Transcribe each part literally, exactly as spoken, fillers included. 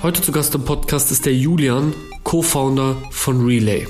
Heute zu Gast im Podcast ist der Julian, Co-Founder von Relay.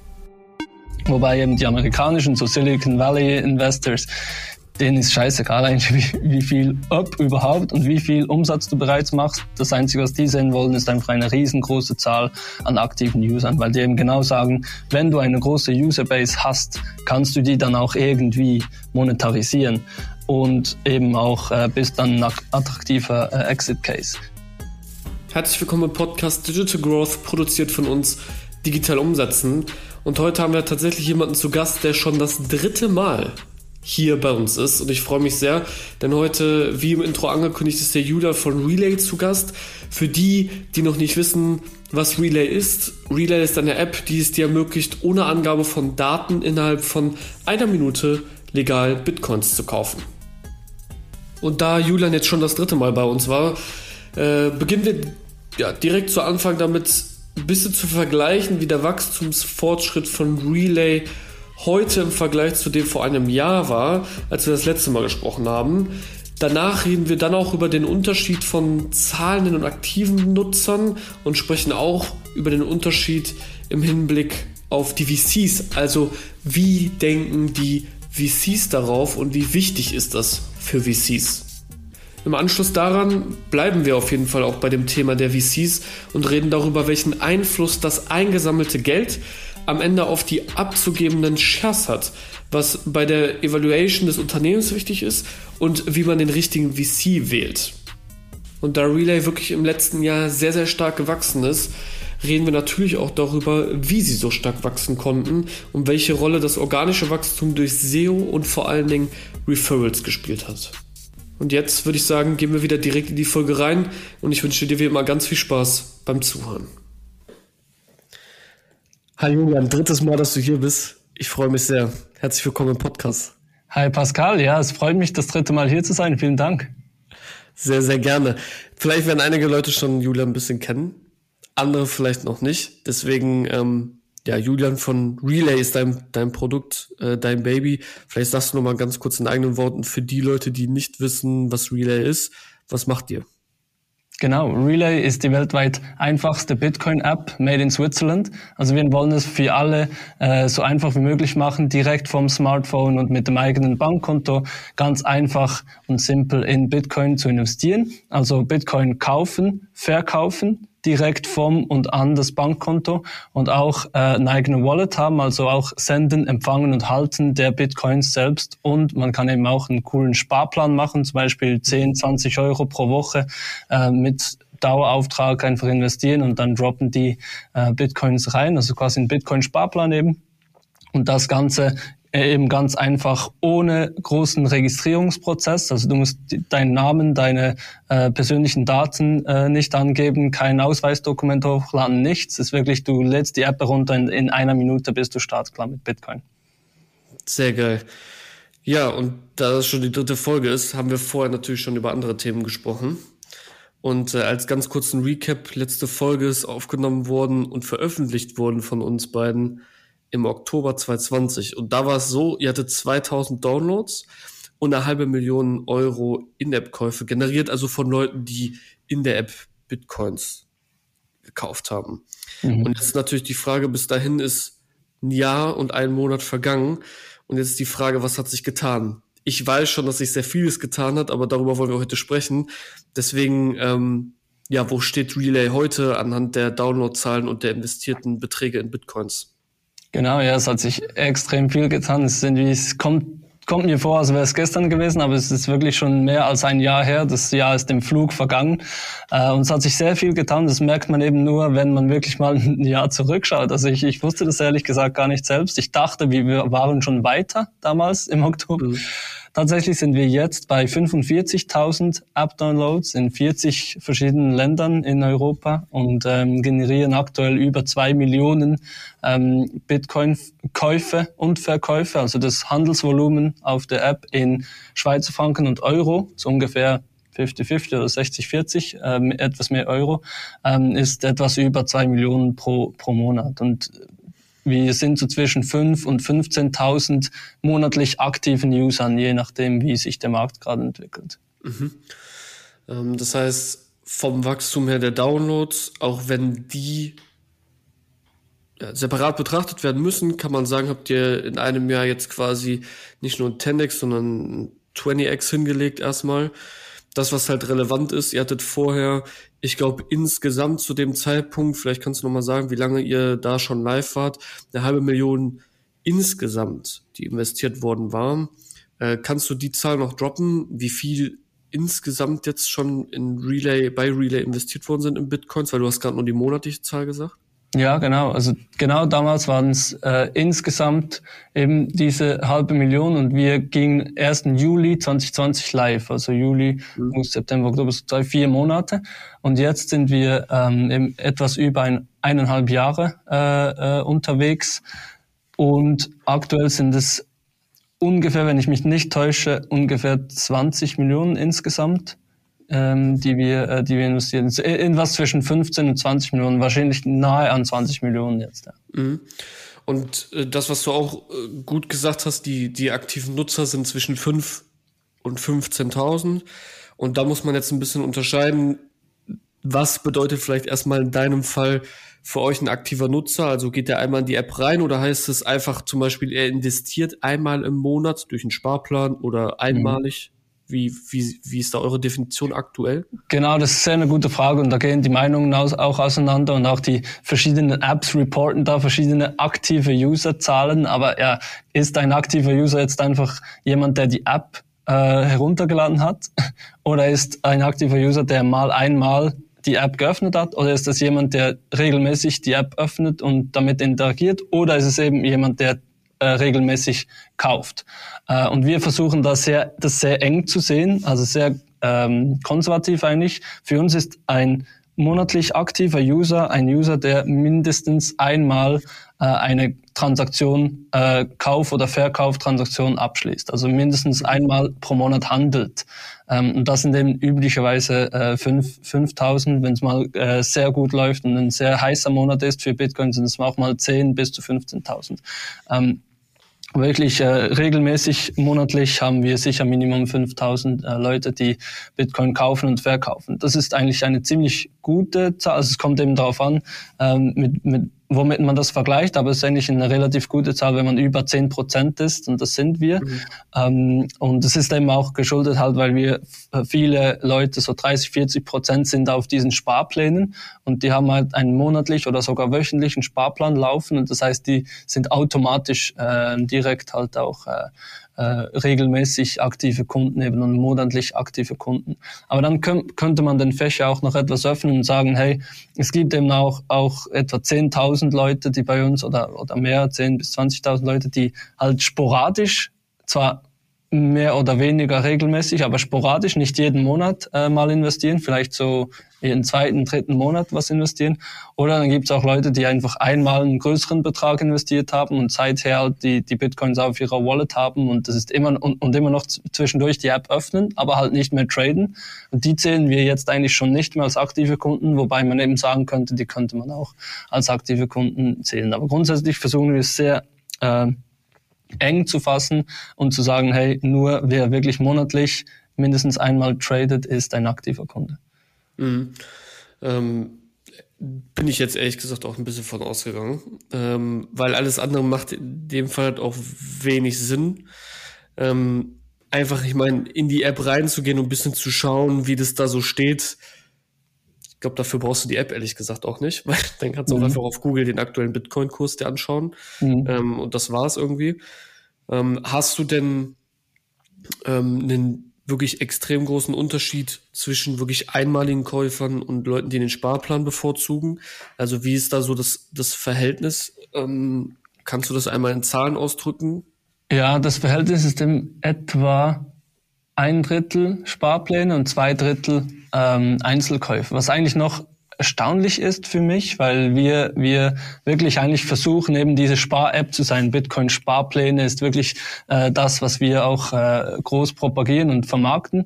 Wobei eben die amerikanischen, so Silicon Valley Investors, denen ist scheißegal eigentlich, wie, wie viel Up überhaupt und wie viel Umsatz du bereits machst. Das Einzige, was die sehen wollen, ist einfach eine riesengroße Zahl an aktiven Usern, weil die eben genau sagen, wenn du eine große Userbase hast, kannst du die dann auch irgendwie monetarisieren und eben auch äh, bist dann ein attraktiver äh, Exit-Case. Herzlich willkommen im Podcast Digital Growth, produziert von uns Digital Umsetzen. Und heute haben wir tatsächlich jemanden zu Gast, der schon das dritte Mal hier bei uns ist. Und ich freue mich sehr, denn heute, wie im Intro angekündigt, ist der Julian von Relay zu Gast. Für die, die noch nicht wissen, was Relay ist: Relay ist eine App, die es dir ermöglicht, ohne Angabe von Daten innerhalb von einer Minute legal Bitcoins zu kaufen. Und da Julian jetzt schon das dritte Mal bei uns war, äh, beginnen wir ja, direkt zu Anfang damit ein bisschen zu vergleichen, wie der Wachstumsfortschritt von Relay heute im Vergleich zu dem vor einem Jahr war, als wir das letzte Mal gesprochen haben. Danach reden wir dann auch über den Unterschied von zahlenden und aktiven Nutzern und sprechen auch über den Unterschied im Hinblick auf die V Cs. Also wie denken die V Cs darauf und wie wichtig ist das für V Cs? Im Anschluss daran bleiben wir auf jeden Fall auch bei dem Thema der V Cs und reden darüber, welchen Einfluss das eingesammelte Geld am Ende auf die abzugebenden Shares hat, was bei der Evaluation des Unternehmens wichtig ist und wie man den richtigen V C wählt. Und da Relay wirklich im letzten Jahr sehr, sehr stark gewachsen ist, reden wir natürlich auch darüber, wie sie so stark wachsen konnten und welche Rolle das organische Wachstum durch S E O und vor allen Dingen Referrals gespielt hat. Und jetzt würde ich sagen, gehen wir wieder direkt in die Folge rein und ich wünsche dir wie immer ganz viel Spaß beim Zuhören. Hi Julian, drittes Mal, dass du hier bist. Ich freue mich sehr. Herzlich willkommen im Podcast. Hi Pascal, ja, es freut mich, das dritte Mal hier zu sein. Vielen Dank. Sehr, sehr gerne. Vielleicht werden einige Leute schon Julian ein bisschen kennen, andere vielleicht noch nicht. Deswegen, ähm, ja, Julian von Relay ist dein, dein Produkt, äh, dein Baby. Vielleicht sagst du noch mal ganz kurz in eigenen Worten für die Leute, die nicht wissen, was Relay ist. Was macht ihr? Genau, Relay ist die weltweit einfachste Bitcoin-App made in Switzerland. Also wir wollen es für alle äh, so einfach wie möglich machen, direkt vom Smartphone und mit dem eigenen Bankkonto ganz einfach und simpel in Bitcoin zu investieren. Also Bitcoin kaufen, verkaufen, direkt vom und an das Bankkonto und auch äh, eine eigene Wallet haben, also auch senden, empfangen und halten der Bitcoins selbst. Und man kann eben auch einen coolen Sparplan machen, zum Beispiel zehn, zwanzig Euro pro Woche äh, mit Dauerauftrag einfach investieren und dann droppen die äh, Bitcoins rein, also quasi ein Bitcoin-Sparplan eben. Und das Ganze eben ganz einfach ohne großen Registrierungsprozess. Also du musst deinen Namen, deine äh, persönlichen Daten äh, nicht angeben, kein Ausweisdokument hochladen, nichts. Es ist wirklich, du lädst die App herunter, in, in einer Minute bist du startklar mit Bitcoin. Sehr geil. Ja, und da das schon die dritte Folge ist, haben wir vorher natürlich schon über andere Themen gesprochen. Und äh, als ganz kurzen Recap, letzte Folge ist aufgenommen worden und veröffentlicht worden von uns beiden im Oktober zwanzig zwanzig. Und da war es so, ihr hattet zweitausend Downloads und eine halbe Million Euro In-App-Käufe generiert, also von Leuten, die in der App Bitcoins gekauft haben. Mhm. Und jetzt natürlich die Frage, bis dahin ist ein Jahr und ein Monat vergangen. Und jetzt ist die Frage, was hat sich getan? Ich weiß schon, dass sich sehr vieles getan hat, aber darüber wollen wir heute sprechen. Deswegen, ähm, ja, wo steht Relay heute anhand der Downloadzahlen und der investierten Beträge in Bitcoins? Genau, ja, es hat sich extrem viel getan. Es, sind, es kommt, kommt mir vor, als wäre es gestern gewesen, aber es ist wirklich schon mehr als ein Jahr her. Das Jahr ist im Flug vergangen. Äh, und es hat sich sehr viel getan. Das merkt man eben nur, wenn man wirklich mal ein Jahr zurückschaut. Also ich, ich wusste das ehrlich gesagt gar nicht selbst. Ich dachte, wir waren schon weiter damals im Oktober. Mhm. Tatsächlich sind wir jetzt bei fünfundvierzigtausend App-Downloads in vierzig verschiedenen Ländern in Europa und ähm, generieren aktuell über zwei Millionen ähm, Bitcoin-Käufe und Verkäufe. Also das Handelsvolumen auf der App in Schweizer Franken und Euro, so ungefähr fünfzig fünfzig oder sechzig vierzig, ähm, etwas mehr Euro, ähm, ist etwas über zwei Millionen pro, pro Monat. Und wir sind so zwischen fünf und fünfzehntausend monatlich aktiven Usern, je nachdem, wie sich der Markt gerade entwickelt. Mhm. Ähm, das heißt, vom Wachstum her der Downloads, auch wenn die ja, separat betrachtet werden müssen, kann man sagen, habt ihr in einem Jahr jetzt quasi nicht nur ein zehn x, sondern ein zwanzig x hingelegt erstmal. Das, was halt relevant ist, ihr hattet vorher, ich glaube, insgesamt zu dem Zeitpunkt, vielleicht kannst du nochmal sagen, wie lange ihr da schon live wart, eine halbe Million insgesamt, die investiert worden war. Äh, kannst du die Zahl noch droppen, wie viel insgesamt jetzt schon in Relay, bei Relay investiert worden sind in Bitcoins, weil du hast gerade nur die monatliche Zahl gesagt? Ja, genau. Also genau damals waren es äh, insgesamt eben diese halbe Million und wir gingen ersten Juli zwanzig zwanzig live, also Juli, mhm. August, September, Oktober, so drei, vier Monate. Und jetzt sind wir ähm, eben etwas über ein, eineinhalb Jahre äh, äh, unterwegs und aktuell sind es ungefähr, wenn ich mich nicht täusche, ungefähr zwanzig Millionen insgesamt. Ähm, die wir, äh, die wir investieren. Irgendwas zwischen fünfzehn und zwanzig Millionen, wahrscheinlich nahe an zwanzig Millionen jetzt. Ja. Mhm. Und äh, das, was du auch äh, gut gesagt hast, die, die aktiven Nutzer sind zwischen fünf und fünfzehntausend. Und da muss man jetzt ein bisschen unterscheiden, was bedeutet vielleicht erstmal in deinem Fall für euch ein aktiver Nutzer? Also geht der einmal in die App rein oder heißt es einfach zum Beispiel, er investiert einmal im Monat durch einen Sparplan oder einmalig? Mhm. Wie, wie, wie ist da eure Definition aktuell? Genau, das ist sehr eine gute Frage und da gehen die Meinungen auch auseinander und auch die verschiedenen Apps reporten da verschiedene aktive Userzahlen. Aber ja, ist ein aktiver User jetzt einfach jemand, der die App äh, heruntergeladen hat? Oder ist ein aktiver User, der mal einmal die App geöffnet hat? Oder ist das jemand, der regelmäßig die App öffnet und damit interagiert? Oder ist es eben jemand, der regelmäßig kauft. Äh, und wir versuchen da sehr, das sehr eng zu sehen, also sehr ähm, konservativ eigentlich. Für uns ist ein monatlich aktiver User ein User, der mindestens einmal äh, eine Transaktion, äh, Kauf- oder Verkauftransaktion abschließt. Also mindestens einmal pro Monat handelt. Ähm, und das sind eben üblicherweise äh, fünf, fünftausend, wenn es mal äh, sehr gut läuft und ein sehr heißer Monat ist für Bitcoin, sind es auch mal zehn bis zu fünfzehntausend. Ähm, Wirklich äh, regelmäßig monatlich haben wir sicher Minimum fünftausend äh, Leute, die Bitcoin kaufen und verkaufen. Das ist eigentlich eine ziemlich gute Zahl. Also es kommt eben darauf an, ähm, mit, mit womit man das vergleicht, aber es ist eigentlich eine relativ gute Zahl, wenn man über zehn Prozent ist, und das sind wir. Mhm. Ähm, und es ist eben auch geschuldet halt, weil wir viele Leute, so dreißig, vierzig Prozent sind auf diesen Sparplänen und die haben halt einen monatlich oder sogar wöchentlichen Sparplan laufen und das heißt, die sind automatisch äh, direkt halt auch äh, Äh, regelmäßig aktive Kunden eben und monatlich aktive Kunden. Aber dann könnt, könnte man den Fächer auch noch etwas öffnen und sagen, hey, es gibt eben auch, auch etwa zehntausend Leute, die bei uns oder, oder mehr, zehn bis zwanzigtausend Leute, die halt sporadisch, zwar mehr oder weniger regelmäßig, aber sporadisch, nicht jeden Monat äh, mal investieren, vielleicht so jeden zweiten, dritten Monat was investieren. Oder dann gibt es auch Leute, die einfach einmal einen größeren Betrag investiert haben und seither halt die, die Bitcoins auf ihrer Wallet haben und das ist immer und, und immer noch zwischendurch die App öffnen, aber halt nicht mehr traden. Und die zählen wir jetzt eigentlich schon nicht mehr als aktive Kunden, wobei man eben sagen könnte, die könnte man auch als aktive Kunden zählen. Aber grundsätzlich versuchen wir es sehr äh, eng zu fassen und zu sagen, hey, nur wer wirklich monatlich mindestens einmal tradet, ist ein aktiver Kunde. Mhm. Ähm, bin ich jetzt ehrlich gesagt auch ein bisschen von ausgegangen, ähm, weil alles andere macht in dem Fall halt auch wenig Sinn. Ähm, einfach, ich meine, in die App reinzugehen und ein bisschen zu schauen, wie das da so steht. Ich glaube, dafür brauchst du die App ehrlich gesagt auch nicht, weil dann kannst du mhm. auch einfach auf Google den aktuellen Bitcoin-Kurs dir anschauen. Mhm. Ähm, und das war's irgendwie. Ähm, hast du denn ähm, einen wirklich extrem großen Unterschied zwischen wirklich einmaligen Käufern und Leuten, die den Sparplan bevorzugen? Also wie ist da so das, das Verhältnis? Ähm, kannst du das einmal in Zahlen ausdrücken? Ja, das Verhältnis ist in etwa ein Drittel Sparpläne und zwei Drittel ähm, Einzelkäufe, was eigentlich noch erstaunlich ist für mich, weil wir wir wirklich eigentlich versuchen, eben diese Spar-App zu sein. Bitcoin-Sparpläne ist wirklich äh, das, was wir auch äh, groß propagieren und vermarkten.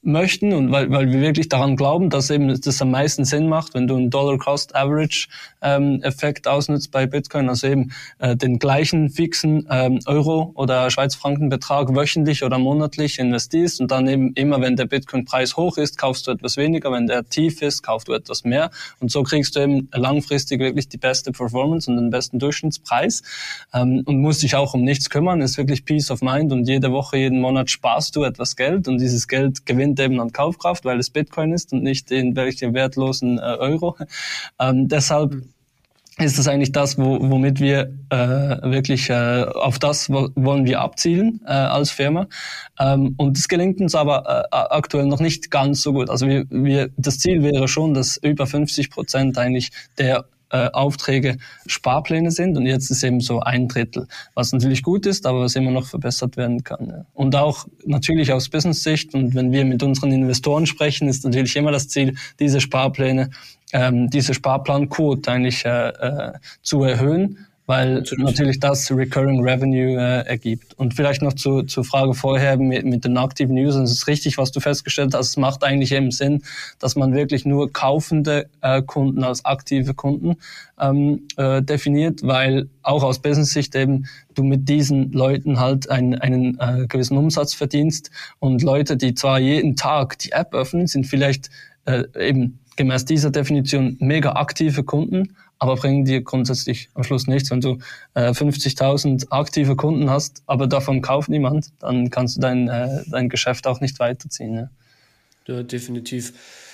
möchten und weil, weil wir wirklich daran glauben, dass eben das am meisten Sinn macht, wenn du einen Dollar-Cost-Average-Effekt ähm, ausnutzt bei Bitcoin, also eben äh, den gleichen fixen ähm, Euro- oder Schweizer-Franken-Betrag wöchentlich oder monatlich investierst und dann eben immer, wenn der Bitcoin-Preis hoch ist, kaufst du etwas weniger, wenn der tief ist, kaufst du etwas mehr und so kriegst du eben langfristig wirklich die beste Performance und den besten Durchschnittspreis ähm, und musst dich auch um nichts kümmern, ist wirklich Peace of Mind und jede Woche, jeden Monat sparst du etwas Geld und dieses Geld gewinnt eben an Kaufkraft, weil es Bitcoin ist und nicht in welche wertlosen äh, Euro. Ähm, deshalb ist das eigentlich das, wo, womit wir äh, wirklich äh, auf das wo, wollen wir abzielen äh, als Firma. Ähm, und es gelingt uns aber äh, aktuell noch nicht ganz so gut. Also wir, wir, das Ziel wäre schon, dass über fünfzig Prozent eigentlich der Äh, Aufträge Sparpläne sind und jetzt ist eben so ein Drittel, was natürlich gut ist, aber was immer noch verbessert werden kann. Ja. Und auch natürlich aus Business-Sicht und wenn wir mit unseren Investoren sprechen, ist natürlich immer das Ziel, diese Sparpläne, ähm, diese Sparplanquote eigentlich äh, äh, zu erhöhen, weil natürlich, natürlich das Recurring Revenue äh, ergibt. Und vielleicht noch zu, zur Frage vorher mit, mit den aktiven Usern. Es ist richtig, was du festgestellt hast. Es macht eigentlich eben Sinn, dass man wirklich nur kaufende äh, Kunden als aktive Kunden ähm, äh, definiert, weil auch aus Business-Sicht eben du mit diesen Leuten halt einen, einen äh, gewissen Umsatz verdienst. Und Leute, die zwar jeden Tag die App öffnen, sind vielleicht äh, eben gemäß dieser Definition mega aktive Kunden, aber bringen dir grundsätzlich am Schluss nichts. Wenn du äh, fünfzigtausend aktive Kunden hast, aber davon kauft niemand, dann kannst du dein, äh, dein Geschäft auch nicht weiterziehen. Ja. Ja, definitiv.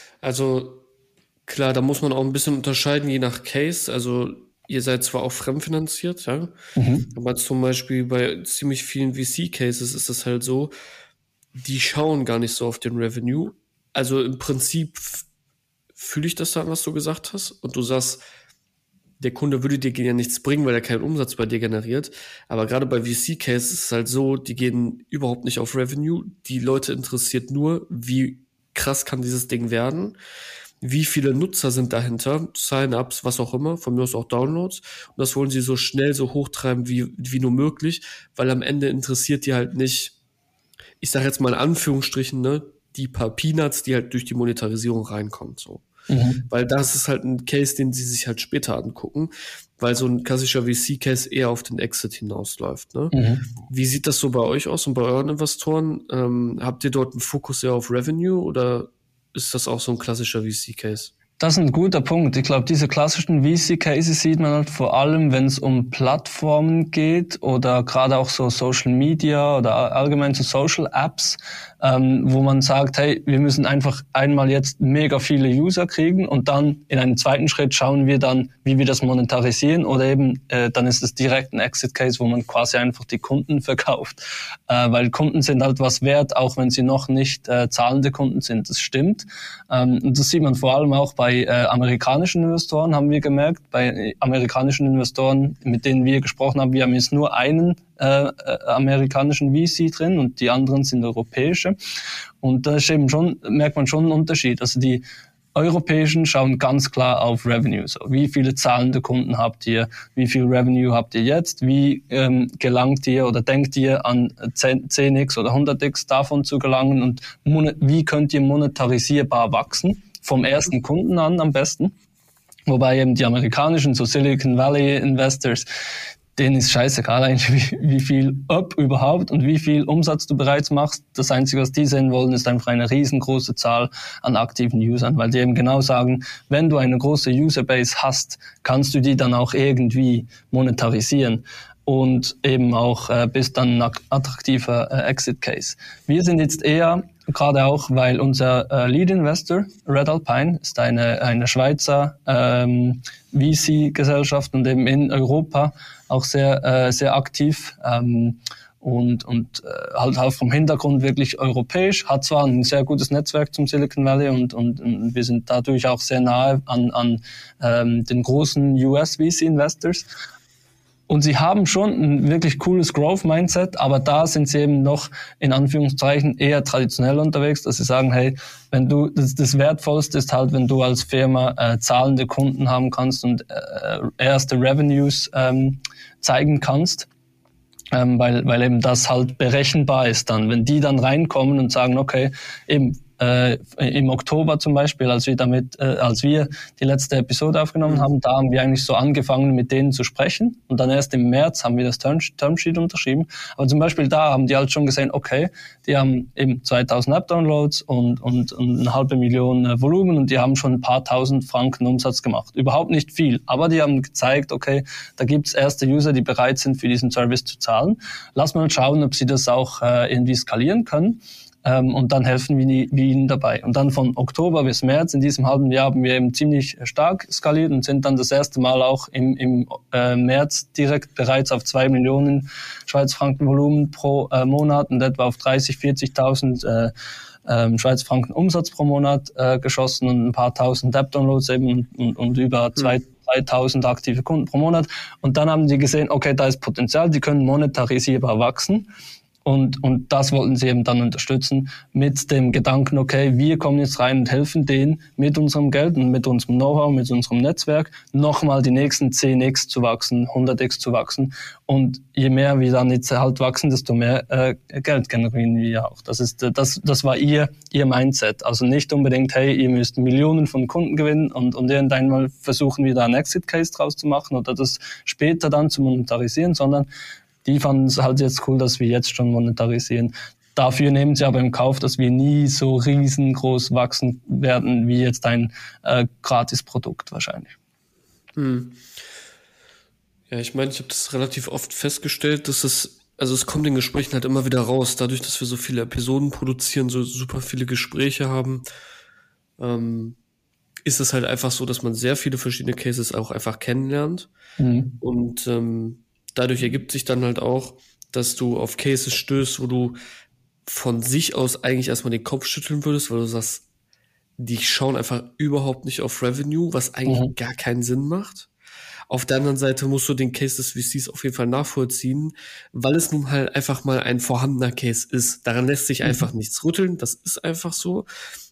Also klar, da muss man auch ein bisschen unterscheiden, je nach Case. Also ihr seid zwar auch fremdfinanziert, ja, mhm. aber zum Beispiel bei ziemlich vielen V C-Cases ist es halt so, die schauen gar nicht so auf den Revenue. Also im Prinzip fühle ich das dann, was du gesagt hast. Und du sagst, der Kunde würde dir ja nichts bringen, weil er keinen Umsatz bei dir generiert. Aber gerade bei V C-Cases ist es halt so, die gehen überhaupt nicht auf Revenue. Die Leute interessiert nur, wie krass kann dieses Ding werden, wie viele Nutzer sind dahinter, Sign-ups, was auch immer, von mir aus auch Downloads. Und das wollen sie so schnell, so hochtreiben, wie, wie nur möglich, weil am Ende interessiert die halt nicht, ich sage jetzt mal in Anführungsstrichen, ne, die paar Peanuts, die halt durch die Monetarisierung reinkommen, so. Mhm. Weil das ist halt ein Case, den sie sich halt später angucken, weil so ein klassischer V C-Case eher auf den Exit hinausläuft. Ne? Mhm. Wie sieht das so bei euch aus und bei euren Investoren? Ähm, habt ihr dort einen Fokus eher auf Revenue oder ist das auch so ein klassischer V C-Case? Das ist ein guter Punkt. Ich glaube, diese klassischen V C-Cases sieht man halt vor allem, wenn es um Plattformen geht oder gerade auch so Social Media oder allgemein so Social Apps, ähm, wo man sagt, hey, wir müssen einfach einmal jetzt mega viele User kriegen und dann in einem zweiten Schritt schauen wir dann, wie wir das monetarisieren oder eben äh, dann ist es direkt ein Exit-Case, wo man quasi einfach die Kunden verkauft, äh, weil Kunden sind halt was wert, auch wenn sie noch nicht äh, zahlende Kunden sind. Das stimmt. Ähm, und das sieht man vor allem auch bei Bei äh, amerikanischen Investoren haben wir gemerkt, bei amerikanischen Investoren, mit denen wir gesprochen haben, wir haben jetzt nur einen äh, äh, amerikanischen V C drin und die anderen sind europäische. Und da ist eben schon, merkt man schon einen Unterschied. Also die Europäischen schauen ganz klar auf Revenue. So, wie viele zahlende Kunden habt ihr? Wie viel Revenue habt ihr jetzt? Wie ähm, gelangt ihr oder denkt ihr an zehn x oder hundert x davon zu gelangen? Und monet- wie könnt ihr monetarisierbar wachsen? Vom ersten Kunden an am besten. Wobei eben die amerikanischen, so Silicon Valley Investors, denen ist scheißegal eigentlich, wie, wie viel Up überhaupt und wie viel Umsatz du bereits machst. Das Einzige, was die sehen wollen, ist einfach eine riesengroße Zahl an aktiven Usern, weil die eben genau sagen, wenn du eine große Userbase hast, kannst du die dann auch irgendwie monetarisieren. Und eben auch äh, bis dann ein attraktiver äh, Exit-Case. Wir sind jetzt eher, gerade auch, weil unser äh, Lead-Investor, Red Alpine, ist eine, eine Schweizer ähm, V C-Gesellschaft und eben in Europa auch sehr, äh, sehr aktiv ähm, und, und äh, halt auch vom Hintergrund wirklich europäisch, hat zwar ein sehr gutes Netzwerk zum Silicon Valley und, und, und wir sind dadurch auch sehr nahe an, an ähm, den großen U S V C-Investors. Und sie haben schon ein wirklich cooles Growth-Mindset, aber da sind sie eben noch in Anführungszeichen eher traditionell unterwegs, dass sie sagen, hey, wenn du das, das Wertvollste ist halt, wenn du als Firma äh, zahlende Kunden haben kannst und äh, erste Revenues ähm, zeigen kannst, ähm, weil, weil eben das halt berechenbar ist dann. Wenn die dann reinkommen und sagen, okay, eben äh, im Oktober zum Beispiel, als wir damit, äh, als wir die letzte Episode aufgenommen mhm. haben, da haben wir eigentlich so angefangen, mit denen zu sprechen. Und dann erst im März haben wir das Term, Termsheet unterschrieben. Aber zum Beispiel da haben die halt schon gesehen, okay, die haben eben zweitausend App-Downloads und, und, und eine halbe Million äh, Volumen und die haben schon ein paar tausend Franken Umsatz gemacht. Überhaupt nicht viel. Aber die haben gezeigt, okay, da gibt's erste User, die bereit sind, für diesen Service zu zahlen. Lass mal schauen, ob sie das auch äh, irgendwie skalieren können. Ähm, und dann helfen wir, wir ihnen dabei. Und dann von Oktober bis März in diesem halben Jahr haben wir eben ziemlich stark skaliert und sind dann das erste Mal auch im, im äh, März direkt bereits auf zwei Millionen Schweizer Franken Volumen pro äh, Monat und etwa auf dreißig, vierzigtausend äh, ähm, Schweizer Franken Umsatz pro Monat äh, geschossen und ein paar tausend App-Downloads eben und, und, und über zwei, dreitausend aktive Kunden pro Monat. Und dann haben die gesehen, okay, da ist Potenzial, die können monetarisierbar wachsen. Und, und das wollten sie eben dann unterstützen mit dem Gedanken, okay, wir kommen jetzt rein und helfen denen mit unserem Geld und mit unserem Know-how, mit unserem Netzwerk nochmal die nächsten zehn x zu wachsen, hundert x zu wachsen. Und je mehr wir dann jetzt halt wachsen, desto mehr äh, Geld generieren wir auch. Das ist, das, das war ihr, ihr Mindset. Also nicht unbedingt, hey, ihr müsst Millionen von Kunden gewinnen und, und irgendwann mal versuchen wir da einen Exit-Case draus zu machen oder das später dann zu monetarisieren, sondern die fanden es halt jetzt cool, dass wir jetzt schon monetarisieren. Dafür nehmen sie aber im Kauf, dass wir nie so riesengroß wachsen werden wie jetzt ein äh, Gratis-Produkt wahrscheinlich. Hm. Ja, ich meine, ich habe das relativ oft festgestellt, dass es, also es kommt in Gesprächen halt immer wieder raus, dadurch, dass wir so viele Episoden produzieren, so super viele Gespräche haben, ähm, ist es halt einfach so, dass man sehr viele verschiedene Cases auch einfach kennenlernt. Mhm. Und ähm, dadurch ergibt sich dann halt auch, dass du auf Cases stößt, wo du von sich aus eigentlich erstmal den Kopf schütteln würdest, weil du sagst, die schauen einfach überhaupt nicht auf Revenue, was eigentlich mhm. gar keinen Sinn macht. Auf der anderen Seite musst du den Case des V Cs auf jeden Fall nachvollziehen, weil es nun halt einfach mal ein vorhandener Case ist. Daran lässt sich mhm. einfach nichts rütteln, das ist einfach so.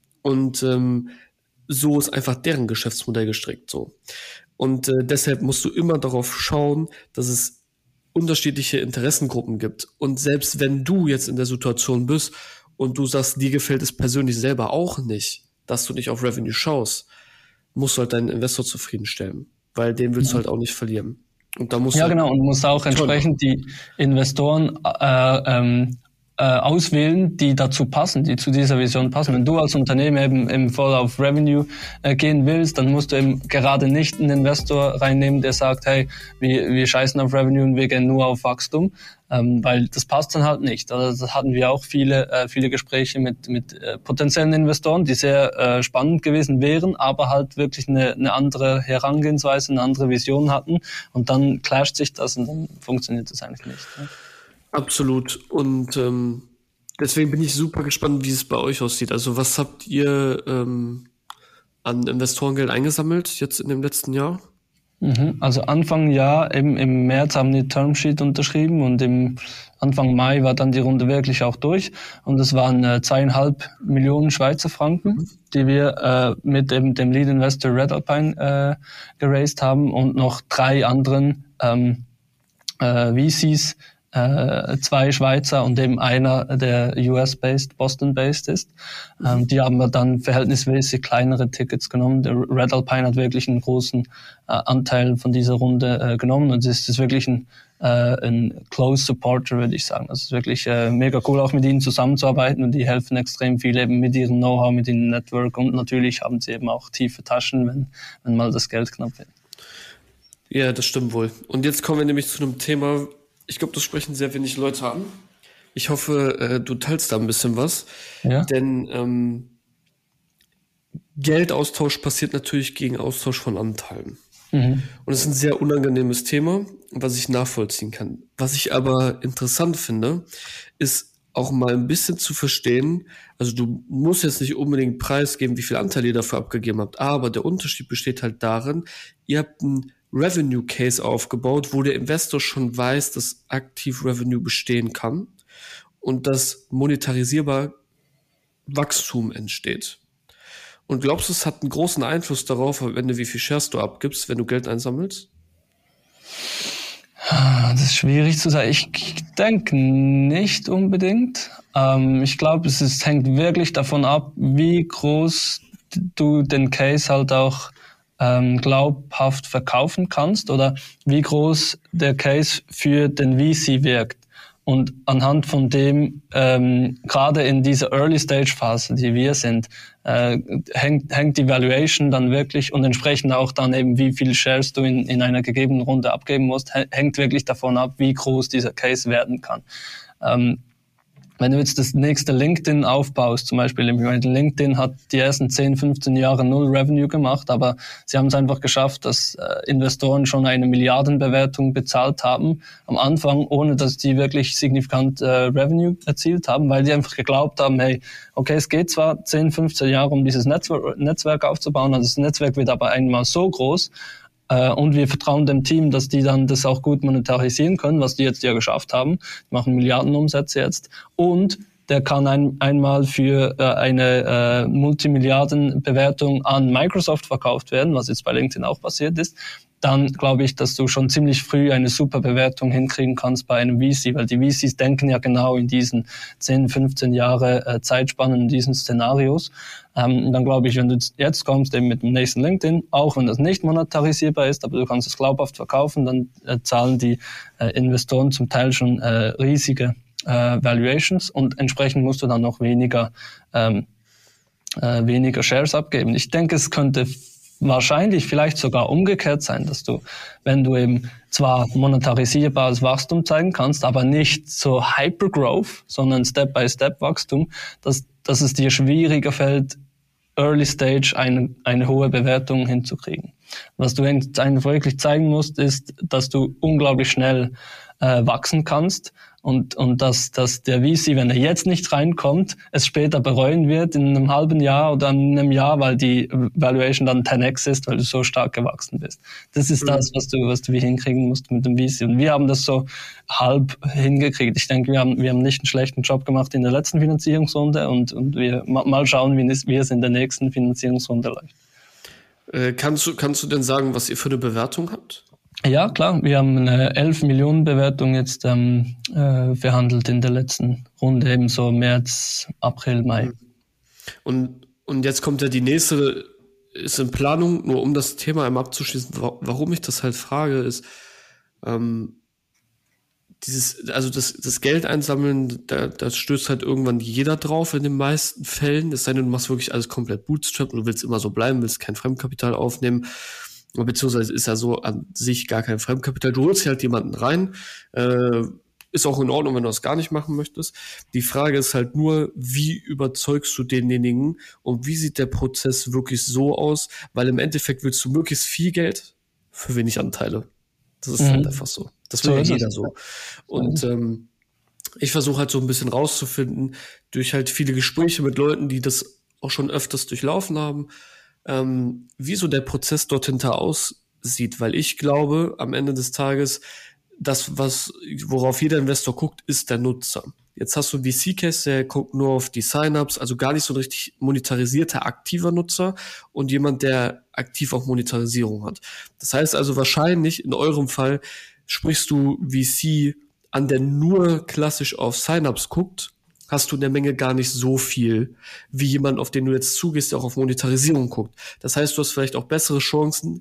Und ähm, so ist einfach deren Geschäftsmodell gestrickt so. Und äh, deshalb musst du immer darauf schauen, dass es unterschiedliche Interessengruppen gibt. Und selbst wenn du jetzt in der Situation bist und du sagst, dir gefällt es persönlich selber auch nicht, dass du nicht auf Revenue schaust, musst du halt deinen Investor zufriedenstellen, weil den willst ja. du halt auch nicht verlieren. Und da musst ja, du genau, und musst auch entsprechend die Investoren äh, ähm, äh, auswählen, die dazu passen, die zu dieser Vision passen. Wenn du als Unternehmen eben, eben voll auf Revenue äh, gehen willst, dann musst du eben gerade nicht einen Investor reinnehmen, der sagt, hey, wir, wir scheißen auf Revenue und wir gehen nur auf Wachstum, ähm, weil das passt dann halt nicht. Also das hatten wir auch viele äh, viele Gespräche mit mit äh, potenziellen Investoren, die sehr äh, spannend gewesen wären, aber halt wirklich eine, eine andere Herangehensweise, eine andere Vision hatten und dann clasht sich das und dann funktioniert das eigentlich nicht. Ne? Absolut. Und ähm, deswegen bin ich super gespannt, wie es bei euch aussieht. Also was habt ihr ähm, an Investorengeld eingesammelt jetzt in dem letzten Jahr? Mhm. Also Anfang Jahr, eben im März haben die Termsheet unterschrieben und im Anfang Mai war dann die Runde wirklich auch durch. Und es waren äh, zweieinhalb Millionen Schweizer Franken, mhm. die wir äh, mit eben dem Lead Investor Red Alpine äh, geraced haben und noch drei anderen ähm, äh, V Cs, Äh, zwei Schweizer und eben einer, der U S-based, Boston-based ist. Mhm. Ähm, die haben wir dann verhältnismäßig kleinere Tickets genommen. Der Red Alpine hat wirklich einen großen äh, Anteil von dieser Runde äh, genommen und es ist wirklich ein, äh, ein Close Supporter, würde ich sagen. Also es ist wirklich äh, mega cool, auch mit ihnen zusammenzuarbeiten und die helfen extrem viel eben mit ihrem Know-how, mit ihrem Network und natürlich haben sie eben auch tiefe Taschen, wenn, wenn mal das Geld knapp wird. Ja, das stimmt wohl. Und jetzt kommen wir nämlich zu einem Thema. Ich glaube, das sprechen sehr wenig Leute an. Ich hoffe, äh, du teilst da ein bisschen was. Ja. Denn ähm, Geldaustausch passiert natürlich gegen Austausch von Anteilen. Mhm. Und es ist ein sehr unangenehmes Thema, was ich nachvollziehen kann. Was ich aber interessant finde, ist auch mal ein bisschen zu verstehen, also du musst jetzt nicht unbedingt preisgeben, wie viel Anteil ihr dafür abgegeben habt, aber der Unterschied besteht halt darin, ihr habt ein Revenue Case aufgebaut, wo der Investor schon weiß, dass aktiv Revenue bestehen kann und dass monetarisierbar Wachstum entsteht. Und glaubst du, es hat einen großen Einfluss darauf, am Ende, wie viel Shares du abgibst, wenn du Geld einsammelst? Das ist schwierig zu sagen. Ich denke nicht unbedingt. Ähm, ich glaube, es ist, hängt wirklich davon ab, wie groß du den Case halt auch ähm, glaubhaft verkaufen kannst oder wie groß der Case für den V C wirkt. Und anhand von dem, ähm, gerade in dieser Early-Stage-Phase, die wir sind, äh, hängt, hängt die Valuation dann wirklich und entsprechend auch dann eben, wie viele Shares du in, in einer gegebenen Runde abgeben musst, hängt wirklich davon ab, wie groß dieser Case werden kann. Ähm, Wenn du jetzt das nächste LinkedIn aufbaust, zum Beispiel, ich meine, LinkedIn hat die ersten zehn, fünfzehn Jahre null Revenue gemacht, aber sie haben es einfach geschafft, dass äh, Investoren schon eine Milliardenbewertung bezahlt haben am Anfang, ohne dass die wirklich signifikant äh, Revenue erzielt haben, weil die einfach geglaubt haben, hey, okay, es geht zwar zehn, fünfzehn Jahre, um dieses Netzwerk, Netzwerk aufzubauen, also das Netzwerk wird aber einmal so groß, und wir vertrauen dem Team, dass die dann das auch gut monetarisieren können, was die jetzt ja geschafft haben. Die machen Milliardenumsätze jetzt. Und der kann ein, einmal für äh, eine äh, Multimilliardenbewertung an Microsoft verkauft werden, was jetzt bei LinkedIn auch passiert ist. Dann glaube ich, dass du schon ziemlich früh eine super Bewertung hinkriegen kannst bei einem V C, weil die V Cs denken ja genau in diesen zehn, fünfzehn Jahre äh, Zeitspannen, in diesen Szenarios. Ähm, dann glaube ich, wenn du jetzt kommst eben mit dem nächsten LinkedIn, auch wenn das nicht monetarisierbar ist, aber du kannst es glaubhaft verkaufen, dann äh, zahlen die äh, Investoren zum Teil schon äh, riesige äh, Valuations und entsprechend musst du dann noch weniger, ähm, äh, weniger Shares abgeben. Ich denke, es könnte wahrscheinlich vielleicht sogar umgekehrt sein, dass du, wenn du eben zwar monetarisierbares Wachstum zeigen kannst, aber nicht so Hypergrowth, sondern Step-by-Step-Wachstum, dass, dass es dir schwieriger fällt, Early Stage eine, eine hohe Bewertung hinzukriegen. Was du einfach wirklich zeigen musst, ist, dass du unglaublich schnell äh, wachsen kannst und, und dass, dass der V C, wenn er jetzt nicht reinkommt, es später bereuen wird in einem halben Jahr oder in einem Jahr, weil die Valuation dann zehn x ist, weil du so stark gewachsen bist. Das ist mhm. das, was du, was du hinkriegen musst mit dem V C. Und wir haben das so halb hingekriegt. Ich denke, wir haben, wir haben nicht einen schlechten Job gemacht in der letzten Finanzierungsrunde und, und wir mal schauen, wie es, wie es in der nächsten Finanzierungsrunde läuft. Äh, kannst du, kannst du denn sagen, was ihr für eine Bewertung habt? Ja, klar. Wir haben eine elf Millionen Bewertung jetzt ähm, äh, verhandelt in der letzten Runde, eben so März, April, Mai. Und, und jetzt kommt ja die nächste, ist in Planung, nur um das Thema einmal abzuschließen, warum ich das halt frage, ist, ähm, dieses, also das, das Geld einsammeln, da, da stößt halt irgendwann jeder drauf in den meisten Fällen, es sei denn, du machst wirklich alles komplett Bootstrap und du willst immer so bleiben, willst kein Fremdkapital aufnehmen. Beziehungsweise ist ja so an sich gar kein Fremdkapital. Du holst halt jemanden rein, äh, ist auch in Ordnung, wenn du das gar nicht machen möchtest. Die Frage ist halt nur, wie überzeugst du denjenigen und wie sieht der Prozess wirklich so aus? Weil im Endeffekt willst du möglichst viel Geld für wenig Anteile. Das ist mhm. halt einfach so. Das will so ja jeder so. Und ähm, ich versuche halt so ein bisschen rauszufinden, durch halt viele Gespräche mit Leuten, die das auch schon öfters durchlaufen haben, Ähm, wie so der Prozess dort hinter aussieht, weil ich glaube, am Ende des Tages, das, was, worauf jeder Investor guckt, ist der Nutzer. Jetzt hast du einen V C-Case, der guckt nur auf die Sign-ups, also gar nicht so ein richtig monetarisierter, aktiver Nutzer und jemand, der aktiv auch Monetarisierung hat. Das heißt also wahrscheinlich, in eurem Fall, sprichst du V C an, der nur klassisch auf Sign-ups guckt, hast du in der Menge gar nicht so viel, wie jemand, auf den du jetzt zugehst, der auch auf Monetarisierung guckt. Das heißt, du hast vielleicht auch bessere Chancen,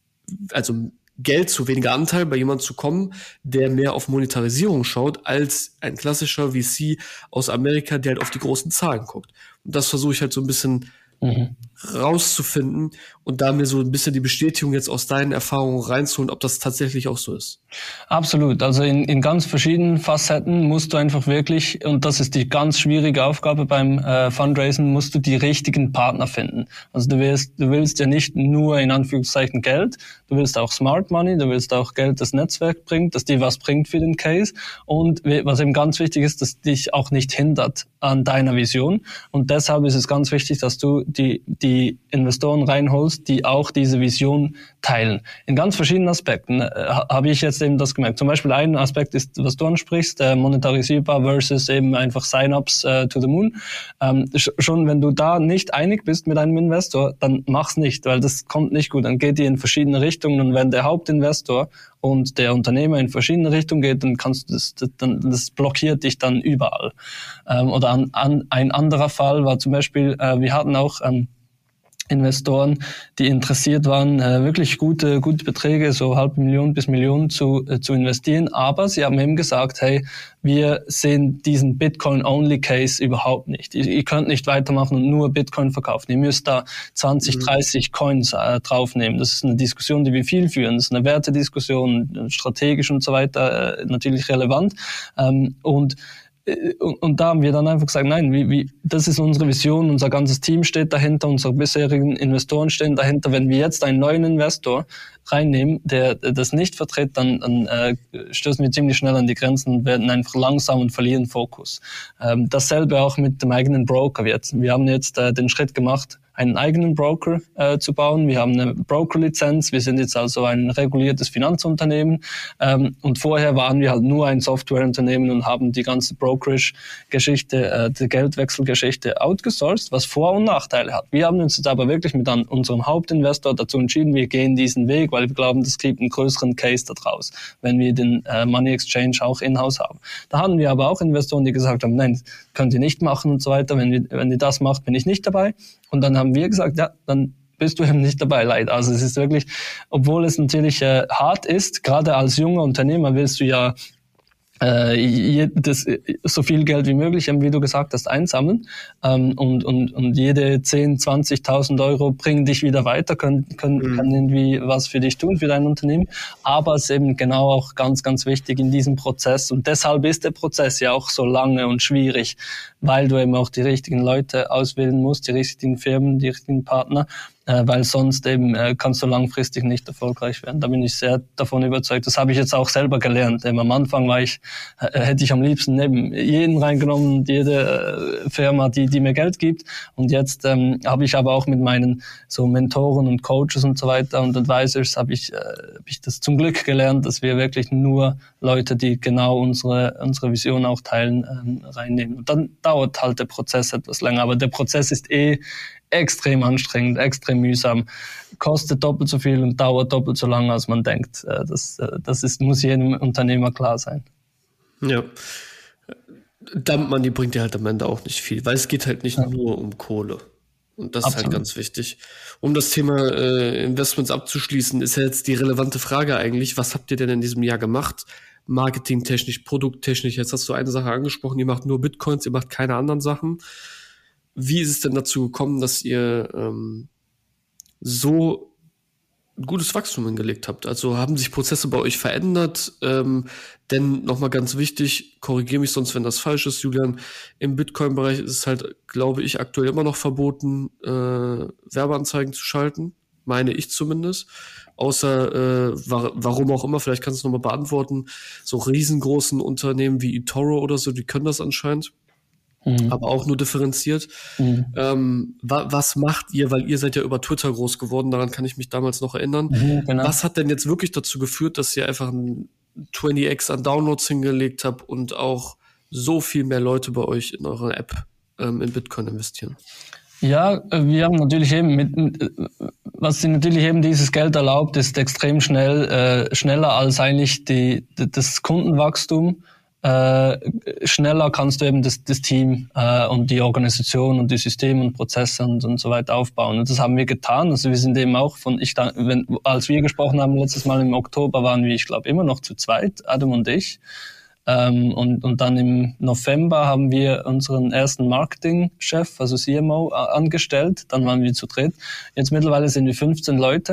also Geld zu weniger Anteil bei jemandem zu kommen, der mehr auf Monetarisierung schaut, als ein klassischer V C aus Amerika, der halt auf die großen Zahlen guckt. Und das versuche ich halt so ein bisschen mhm. rauszufinden und da mir so ein bisschen die Bestätigung jetzt aus deinen Erfahrungen reinzuholen, ob das tatsächlich auch so ist. Absolut. Also in, in ganz verschiedenen Facetten musst du einfach wirklich, und das ist die ganz schwierige Aufgabe beim äh, Fundraisen, musst du die richtigen Partner finden. Also du willst, du willst ja nicht nur in Anführungszeichen Geld, du willst auch Smart Money, du willst auch Geld, das Netzwerk bringt, das dir was bringt für den Case und was eben ganz wichtig ist, dass dich auch nicht hindert an deiner Vision und deshalb ist es ganz wichtig, dass du die, die die Investoren reinholst, die auch diese Vision teilen. In ganz verschiedenen Aspekten äh, habe ich jetzt eben das gemerkt. Zum Beispiel ein Aspekt ist, was du ansprichst, äh, monetarisierbar versus eben einfach Sign-ups äh, to the moon. Ähm, sch- schon wenn du da nicht einig bist mit einem Investor, dann mach's nicht, weil das kommt nicht gut. Dann geht ihr in verschiedene Richtungen und wenn der Hauptinvestor und der Unternehmer in verschiedene Richtungen geht, dann kannst du das, das, dann, das blockiert dich dann überall. Ähm, oder an, an, ein anderer Fall war zum Beispiel, äh, wir hatten auch ähm, Investoren, die interessiert waren, äh, wirklich gute gute Beträge, so halbe Million bis Millionen zu äh, zu investieren. Aber sie haben eben gesagt, hey, wir sehen diesen Bitcoin-Only-Case überhaupt nicht. Ihr, ihr könnt nicht weitermachen und nur Bitcoin verkaufen. Ihr müsst da zwanzig, mhm. dreißig Coins äh, draufnehmen. Das ist eine Diskussion, die wir viel führen. Das ist eine Wertediskussion, strategisch und so weiter, äh, natürlich relevant. Ähm, und Und, und da haben wir dann einfach gesagt, nein, wie, wie, das ist unsere Vision, unser ganzes Team steht dahinter, unsere bisherigen Investoren stehen dahinter. Wenn wir jetzt einen neuen Investor reinnehmen, der das nicht vertritt, dann, dann äh, stößen wir ziemlich schnell an die Grenzen und werden einfach langsam und verlieren Fokus. Ähm, dasselbe auch mit dem eigenen Broker. Wir, jetzt, wir haben jetzt äh, den Schritt gemacht, einen eigenen Broker äh, zu bauen. Wir haben eine Broker-Lizenz. Wir sind jetzt also ein reguliertes Finanzunternehmen. Ähm, und vorher waren wir halt nur ein Softwareunternehmen und haben die ganze Brokerage-Geschichte, äh, die Geldwechselgeschichte outgesourced, was Vor- und Nachteile hat. Wir haben uns jetzt aber wirklich mit an, unserem Hauptinvestor dazu entschieden, wir gehen diesen Weg, weil wir glauben, das gibt einen größeren Case daraus, wenn wir den äh, Money Exchange auch in-house haben. Da hatten wir aber auch Investoren, die gesagt haben, nein, könnt ihr nicht machen und so weiter. Wenn, wir, wenn ihr das macht, bin ich nicht dabei. Und dann haben wir gesagt, ja, dann bist du eben nicht dabei, leider. Also es ist wirklich, obwohl es natürlich äh, hart ist, gerade als junger Unternehmer willst du ja äh, das, so viel Geld wie möglich, wie du gesagt hast, einsammeln. Ähm, und, und, und jede zehn, zwanzigtausend Euro bringen dich wieder weiter, können, können, mhm. können irgendwie was für dich tun, für dein Unternehmen. Aber es ist eben genau auch ganz, ganz wichtig in diesem Prozess. Und deshalb ist der Prozess ja auch so lange und schwierig, weil du eben auch die richtigen Leute auswählen musst, die richtigen Firmen, die richtigen Partner, äh, weil sonst eben äh, kannst du langfristig nicht erfolgreich werden. Da bin ich sehr davon überzeugt. Das habe ich jetzt auch selber gelernt. Eben am Anfang war ich, äh, hätte ich am liebsten neben jeden reingenommen, jede äh, Firma, die die mir Geld gibt. Und jetzt ähm, habe ich aber auch mit meinen so Mentoren und Coaches und so weiter und Advisors habe ich, äh, hab ich das zum Glück gelernt, dass wir wirklich nur Leute, die genau unsere unsere Vision auch teilen, ähm, reinnehmen. Und dann dauert halt der Prozess etwas länger. Aber der Prozess ist eh extrem anstrengend, extrem mühsam, kostet doppelt so viel und dauert doppelt so lange, als man denkt. Das, das ist, muss jedem Unternehmer klar sein. Ja. Dump Money bringt dir halt am Ende auch nicht viel, weil es geht halt nicht ja. nur um Kohle. Und das Absolut. Ist halt ganz wichtig. Um das Thema äh, Investments abzuschließen, ist ja jetzt die relevante Frage eigentlich, was habt ihr denn in diesem Jahr gemacht? Marketingtechnisch, produkttechnisch, jetzt hast du eine Sache angesprochen, ihr macht nur Bitcoins, ihr macht keine anderen Sachen. Wie ist es denn dazu gekommen, dass ihr ähm, so gutes Wachstum hingelegt habt? Also haben sich Prozesse bei euch verändert? Ähm, denn nochmal ganz wichtig, korrigiere mich sonst, wenn das falsch ist, Julian, im Bitcoin-Bereich ist es halt, glaube ich, aktuell immer noch verboten, äh, Werbeanzeigen zu schalten, meine ich zumindest. Außer, äh, war, warum auch immer, vielleicht kannst du es nochmal beantworten, so riesengroßen Unternehmen wie eToro oder so, die können das anscheinend. Mhm. Aber auch nur differenziert. Mhm. Ähm, wa- was macht ihr, weil ihr seid ja über Twitter groß geworden, daran kann ich mich damals noch erinnern. Mhm, genau. Was hat denn jetzt wirklich dazu geführt, dass ihr einfach ein zwanzig x an Downloads hingelegt habt und auch so viel mehr Leute bei euch in eurer App ähm, in Bitcoin investieren? Ja, wir haben natürlich eben mit, was natürlich eben dieses Geld erlaubt, ist extrem schnell, äh, schneller als eigentlich die, das Kundenwachstum. Äh, schneller kannst du eben das, das Team äh, und die Organisation und die Systeme und Prozesse und, und so weiter aufbauen. Und das haben wir getan. Also wir sind eben auch von, ich wenn, als wir gesprochen haben letztes Mal im Oktober, waren wir, ich glaube, immer noch zu zweit, Adam und ich. Ähm, und, und dann im November haben wir unseren ersten Marketingchef, also C M O, angestellt. Dann waren wir zu dritt. Jetzt mittlerweile sind wir fünfzehn Leute.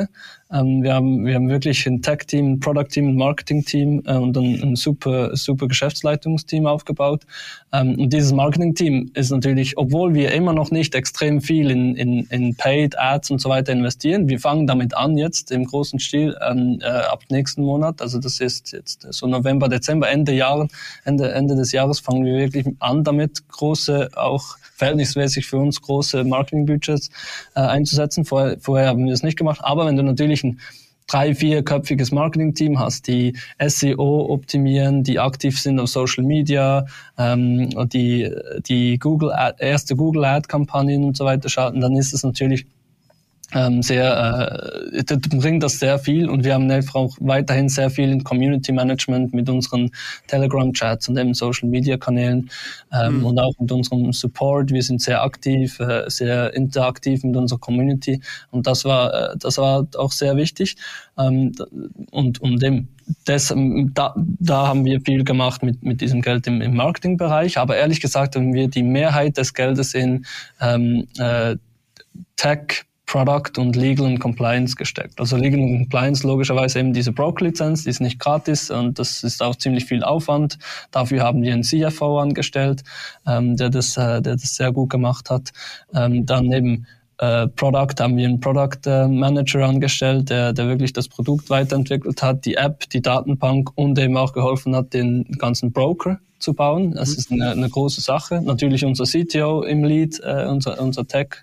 Ähm, wir haben wir haben wirklich ein Tech-Team, ein Product-Team, ein Marketing-Team äh, und ein, ein super super Geschäftsleitungsteam aufgebaut. Ähm, und dieses Marketing-Team ist natürlich, obwohl wir immer noch nicht extrem viel in in, in Paid Ads und so weiter investieren, wir fangen damit an jetzt im großen Stil ähm, äh, ab nächsten Monat. Also das ist jetzt so November, Dezember, Ende Jahres, Ende Ende des Jahres fangen wir wirklich an damit, große, auch verhältnismäßig für uns große Marketingbudgets äh, einzusetzen. Vorher, vorher haben wir das nicht gemacht. Aber wenn du natürlich ein drei-, vierköpfiges Marketing-Team hast, die S E O optimieren, die aktiv sind auf Social Media, ähm, die die Google Ad, erste Google Ad-Kampagnen und so weiter schalten, dann ist es natürlich Ähm, sehr, äh, das bringt das sehr viel, und wir haben einfach auch weiterhin sehr viel in Community Management mit unseren Telegram-Chats und eben Social-Media-Kanälen ähm, mhm. und auch mit unserem Support. Wir sind sehr aktiv, äh, sehr interaktiv mit unserer Community, und das war, äh, das war auch sehr wichtig. Ähm, und und dem Das, da, da haben wir viel gemacht mit, mit diesem Geld im, im Marketingbereich, aber ehrlich gesagt haben wir die Mehrheit des Geldes in ähm, äh, Tech, Product und Legal und Compliance gesteckt. Also Legal und Compliance logischerweise eben diese Broker-Lizenz, die ist nicht gratis, und das ist auch ziemlich viel Aufwand. Dafür haben wir einen C F O angestellt, ähm, der das, äh, der das sehr gut gemacht hat. Ähm, dann eben äh, Product haben wir einen Product äh, Manager angestellt, der, der wirklich das Produkt weiterentwickelt hat, die App, die Datenbank, und eben auch geholfen hat, den ganzen Broker zu bauen. Das ist eine, eine große Sache. Natürlich unser C T O im Lead, äh, unser, unser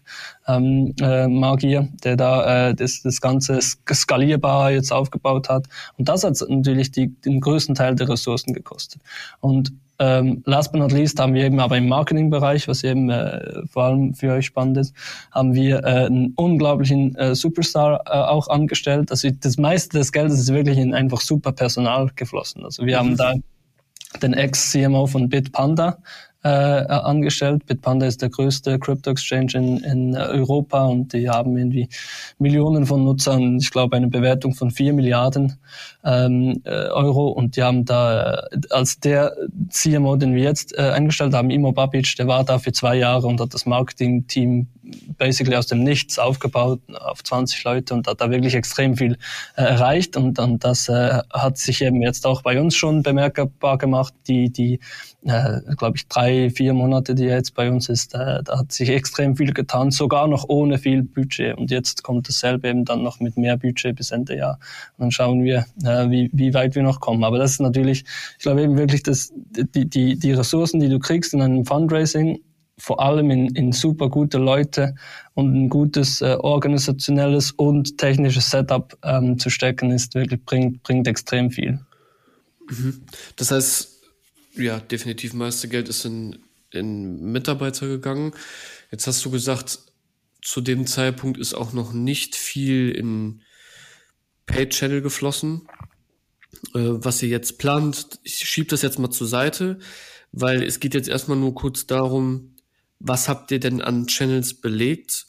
Tech-Magier, ähm, äh, der da äh, das, das Ganze skalierbar jetzt aufgebaut hat. Und das hat natürlich die, den größten Teil der Ressourcen gekostet. Und ähm, last but not least haben wir eben aber im Marketingbereich, was eben äh, vor allem für euch spannend ist, haben wir äh, einen unglaublichen äh, Superstar äh, auch angestellt. Also das meiste des Geldes ist wirklich in einfach super Personal geflossen. Also wir mhm. haben da den Ex-C M O von Bitpanda äh, angestellt. Bitpanda ist der größte Crypto-Exchange in, in Europa, und die haben irgendwie Millionen von Nutzern, ich glaube eine Bewertung von vier Milliarden ähm, äh, Euro, und die haben da äh, als der C M O, den wir jetzt äh, eingestellt haben, Imo Babic, der war da für zwei Jahre und hat das Marketing-Team basically aus dem Nichts aufgebaut auf zwanzig Leute und hat da wirklich extrem viel äh, erreicht, und, und das äh, hat sich eben jetzt auch bei uns schon bemerkbar gemacht. Die, die äh, glaube ich, drei, vier Monate, die er jetzt bei uns ist, äh, da hat sich extrem viel getan, sogar noch ohne viel Budget, und jetzt kommt dasselbe eben dann noch mit mehr Budget bis Ende Jahr, und dann schauen wir, äh, wie, wie weit wir noch kommen. Aber das ist natürlich, ich glaube eben wirklich, dass die, die, die Ressourcen, die du kriegst in einem Fundraising, vor allem in, in super gute Leute und ein gutes äh, organisationelles und technisches Setup ähm, zu stecken, ist wirklich, bringt, bringt extrem viel. Mhm. Das heißt, ja, definitiv meiste Geld ist in, in Mitarbeiter gegangen. Jetzt hast du gesagt, zu dem Zeitpunkt ist auch noch nicht viel in Paid Channel geflossen. Äh, was ihr jetzt plant, ich schiebe das jetzt mal zur Seite, weil es geht jetzt erstmal nur kurz darum, was habt ihr denn an Channels belegt,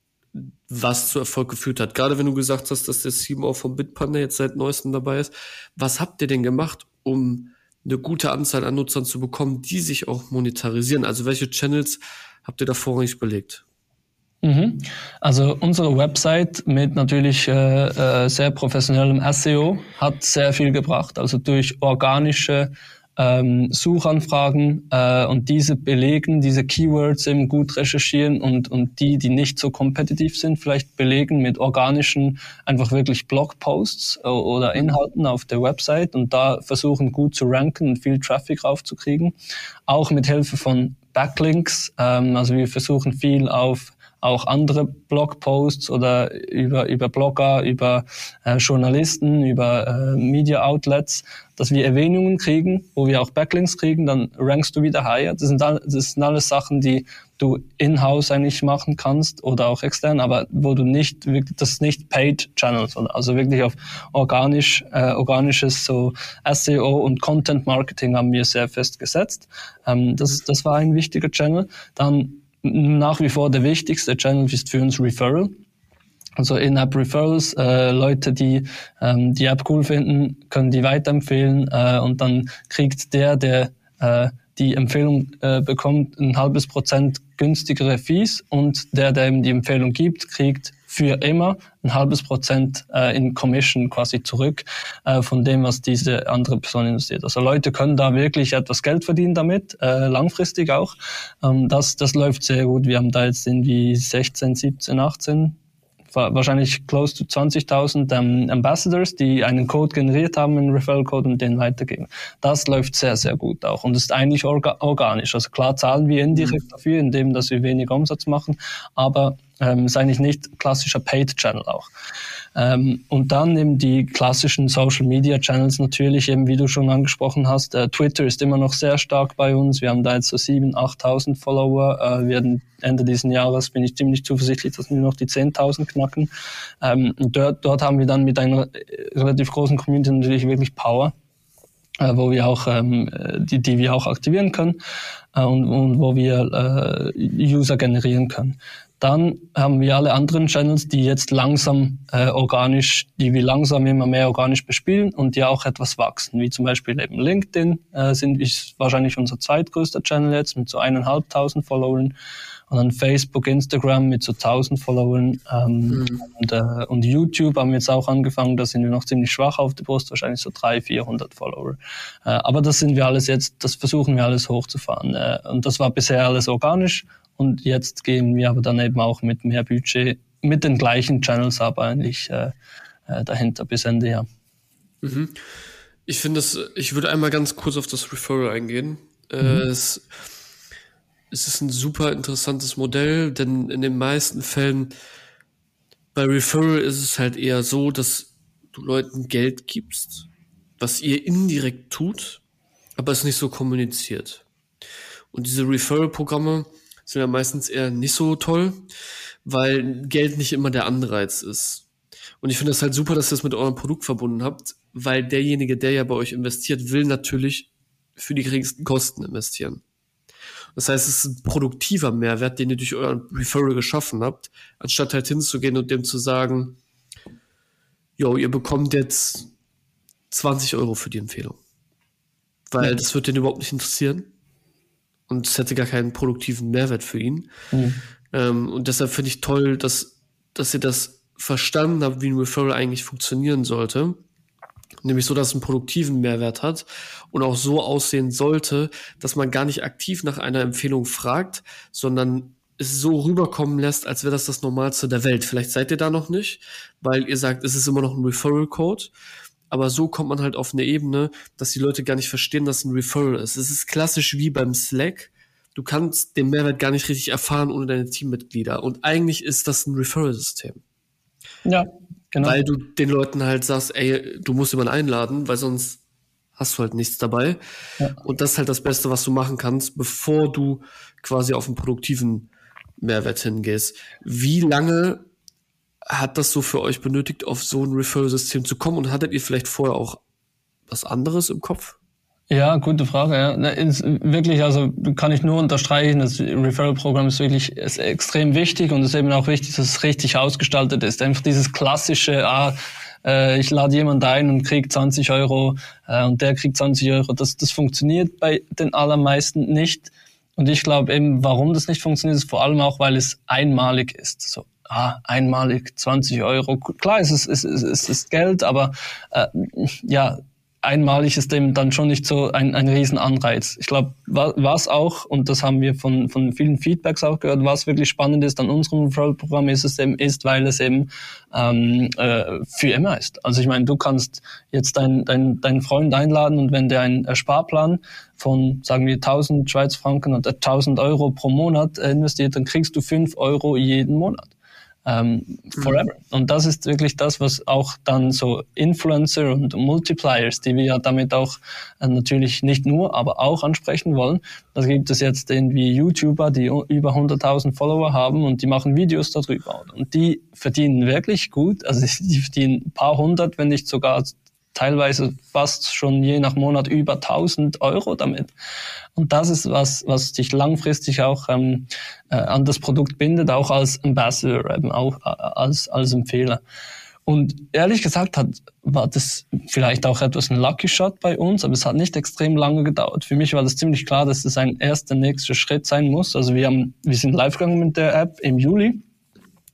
was zu Erfolg geführt hat? Gerade wenn du gesagt hast, dass der C M O von Bitpanda jetzt seit neuestem dabei ist. Was habt ihr denn gemacht, um eine gute Anzahl an Nutzern zu bekommen, die sich auch monetarisieren? Also welche Channels habt ihr da vorrangig belegt? Mhm. Also unsere Website mit natürlich äh, äh, sehr professionellem S E O hat sehr viel gebracht. Also durch organische Ähm, Suchanfragen äh, und diese belegen, diese Keywords eben gut recherchieren und und die, die nicht so kompetitiv sind, vielleicht belegen mit organischen, einfach wirklich Blogposts äh, oder Inhalten auf der Website, und da versuchen gut zu ranken und viel Traffic raufzukriegen. Auch mit Hilfe von Backlinks, ähm, also wir versuchen viel auf auch andere Blogposts oder über über Blogger, über äh, Journalisten, über äh, Media Outlets, dass wir Erwähnungen kriegen, wo wir auch Backlinks kriegen, dann rankst du wieder higher. Das sind, all, das sind alles Sachen, die du in-house eigentlich machen kannst oder auch extern, aber wo du nicht wirklich, das ist nicht Paid Channels, also wirklich auf organisch, äh, organisches so S E O und Content Marketing haben wir sehr fest gesetzt. Ähm, das, das war ein wichtiger Channel. Dann nach wie vor der wichtigste Channel ist für uns Referral. Also In-App Referrals, äh, Leute, die ähm, die App cool finden, können die weiterempfehlen äh, und dann kriegt der, der äh, die Empfehlung äh, bekommt, ein halbes Prozent günstigere Fees, und der, der eben die Empfehlung gibt, kriegt für immer ein halbes Prozent äh, in Commission quasi zurück äh, von dem, was diese andere Person investiert. Also Leute können da wirklich etwas Geld verdienen damit, äh, langfristig auch. Ähm, das, das läuft sehr gut. Wir haben da jetzt irgendwie sechzehn, siebzehn, achtzehn wahrscheinlich close to zwanzigtausend ähm, Ambassadors, die einen Code generiert haben, einen Referral-Code und den weitergeben. Das läuft sehr, sehr gut auch und ist eigentlich orga- organisch. Also klar zahlen wir indirekt dafür, indem dass wir weniger Umsatz machen, aber ähm, ist eigentlich nicht klassischer Paid-Channel auch. Ähm, und dann eben die klassischen Social-Media-Channels natürlich, eben wie du schon angesprochen hast. Äh, Twitter ist immer noch sehr stark bei uns. Wir haben da jetzt so siebentausend, achttausend Follower. Äh, wir werden Ende dieses Jahres, bin ich ziemlich zuversichtlich, dass wir noch die zehntausend knacken. Ähm, und dort, dort haben wir dann mit einer relativ großen Community natürlich wirklich Power, äh, wo wir auch, ähm, die, die wir auch aktivieren können äh, und, und wo wir äh, User generieren können. Dann haben wir alle anderen Channels, die jetzt langsam äh, organisch, die wir langsam immer mehr organisch bespielen und die auch etwas wachsen, wie zum Beispiel eben LinkedIn, äh, sind ist wahrscheinlich unser zweitgrößter Channel jetzt mit so eineinhalbtausend Followern und dann Facebook, Instagram mit so tausend Followern ähm, mhm. und, äh, und YouTube haben wir jetzt auch angefangen, da sind wir noch ziemlich schwach auf der Brust, wahrscheinlich so dreihundert, vierhundert Follower. Äh, aber das sind wir alles jetzt, das versuchen wir alles hochzufahren äh, und das war bisher alles organisch. Und jetzt gehen wir aber dann eben auch mit mehr Budget, mit den gleichen Channels aber eigentlich äh, äh, dahinter bis Ende Jahr. Mhm. Ich finde es, ich würde einmal ganz kurz auf das Referral eingehen. Mhm. Äh, es, es ist ein super interessantes Modell, denn in den meisten Fällen bei Referral ist es halt eher so, dass du Leuten Geld gibst, was ihr indirekt tut, aber es nicht so kommuniziert. Und diese Referral-Programme sind ja meistens eher nicht so toll, weil Geld nicht immer der Anreiz ist. Und ich finde es halt super, dass ihr das mit eurem Produkt verbunden habt, weil derjenige, der ja bei euch investiert, will natürlich für die geringsten Kosten investieren. Das heißt, es ist ein produktiver Mehrwert, den ihr durch euren Referral geschaffen habt, anstatt halt hinzugehen und dem zu sagen, jo, ihr bekommt jetzt zwanzig Euro für die Empfehlung. Weil ja. das wird den überhaupt nicht interessieren. Und es hätte gar keinen produktiven Mehrwert für ihn. Mhm. Ähm, und deshalb finde ich toll, dass, dass ihr das verstanden habt, wie ein Referral eigentlich funktionieren sollte. Nämlich so, dass es einen produktiven Mehrwert hat und auch so aussehen sollte, dass man gar nicht aktiv nach einer Empfehlung fragt, sondern es so rüberkommen lässt, als wäre das das Normalste der Welt. Vielleicht seid ihr da noch nicht, weil ihr sagt, es ist immer noch ein Referral-Code. Aber so kommt man halt auf eine Ebene, dass die Leute gar nicht verstehen, dass es ein Referral ist. Es ist klassisch wie beim Slack. Du kannst den Mehrwert gar nicht richtig erfahren ohne deine Teammitglieder. Und eigentlich ist das ein Referral-System. Ja, genau. Weil du den Leuten halt sagst, ey, du musst jemanden einladen, weil sonst hast du halt nichts dabei. Ja. Und das ist halt das Beste, was du machen kannst, bevor du quasi auf einen produktiven Mehrwert hingehst. Wie lange hat das so für euch benötigt, auf so ein Referral-System zu kommen? Und hattet ihr vielleicht vorher auch was anderes im Kopf? Ja, gute Frage. Ja. Ist wirklich, also kann ich nur unterstreichen, das Referral-Programm ist wirklich ist extrem wichtig und es ist eben auch wichtig, dass es richtig ausgestaltet ist. Einfach dieses klassische, ah, äh, ich lade jemanden ein und kriege zwanzig Euro äh, und der kriegt zwanzig Euro. Das, das funktioniert bei den allermeisten nicht. Und ich glaube eben, warum das nicht funktioniert, ist vor allem auch, weil es einmalig ist. So, ah, einmalig zwanzig Euro. Klar, es ist, es ist, es ist Geld, aber äh, ja, einmalig ist eben dann schon nicht so ein, ein Riesenanreiz. Ich glaube, was auch, und das haben wir von, von vielen Feedbacks auch gehört, was wirklich spannend ist an unserem Referral-Programm ist es eben, ist, weil es eben ähm, äh, für immer ist. Also ich meine, du kannst jetzt deinen dein, dein Freund einladen und wenn der einen Sparplan von, sagen wir, tausend Schweizer Franken oder tausend Euro pro Monat investiert, dann kriegst du fünf Euro jeden Monat. Um, forever. Mhm. Und das ist wirklich das, was auch dann so Influencer und Multipliers, die wir ja damit auch äh, natürlich nicht nur, aber auch ansprechen wollen. Da gibt es jetzt irgendwie YouTuber, die über hunderttausend Follower haben und die machen Videos darüber. Und die verdienen wirklich gut. Also die verdienen ein paar hundert, wenn nicht sogar teilweise fast schon je nach Monat über tausend Euro damit. Und das ist was, was dich langfristig auch ähm, äh, an das Produkt bindet, auch als Ambassador, eben auch äh, als als Empfehler. Und ehrlich gesagt hat, war das vielleicht auch etwas ein Lucky Shot bei uns, aber es hat nicht extrem lange gedauert. Für mich war das ziemlich klar, dass das ein erster nächster Schritt sein muss. Also wir haben, wir sind live gegangen mit der App im Juli.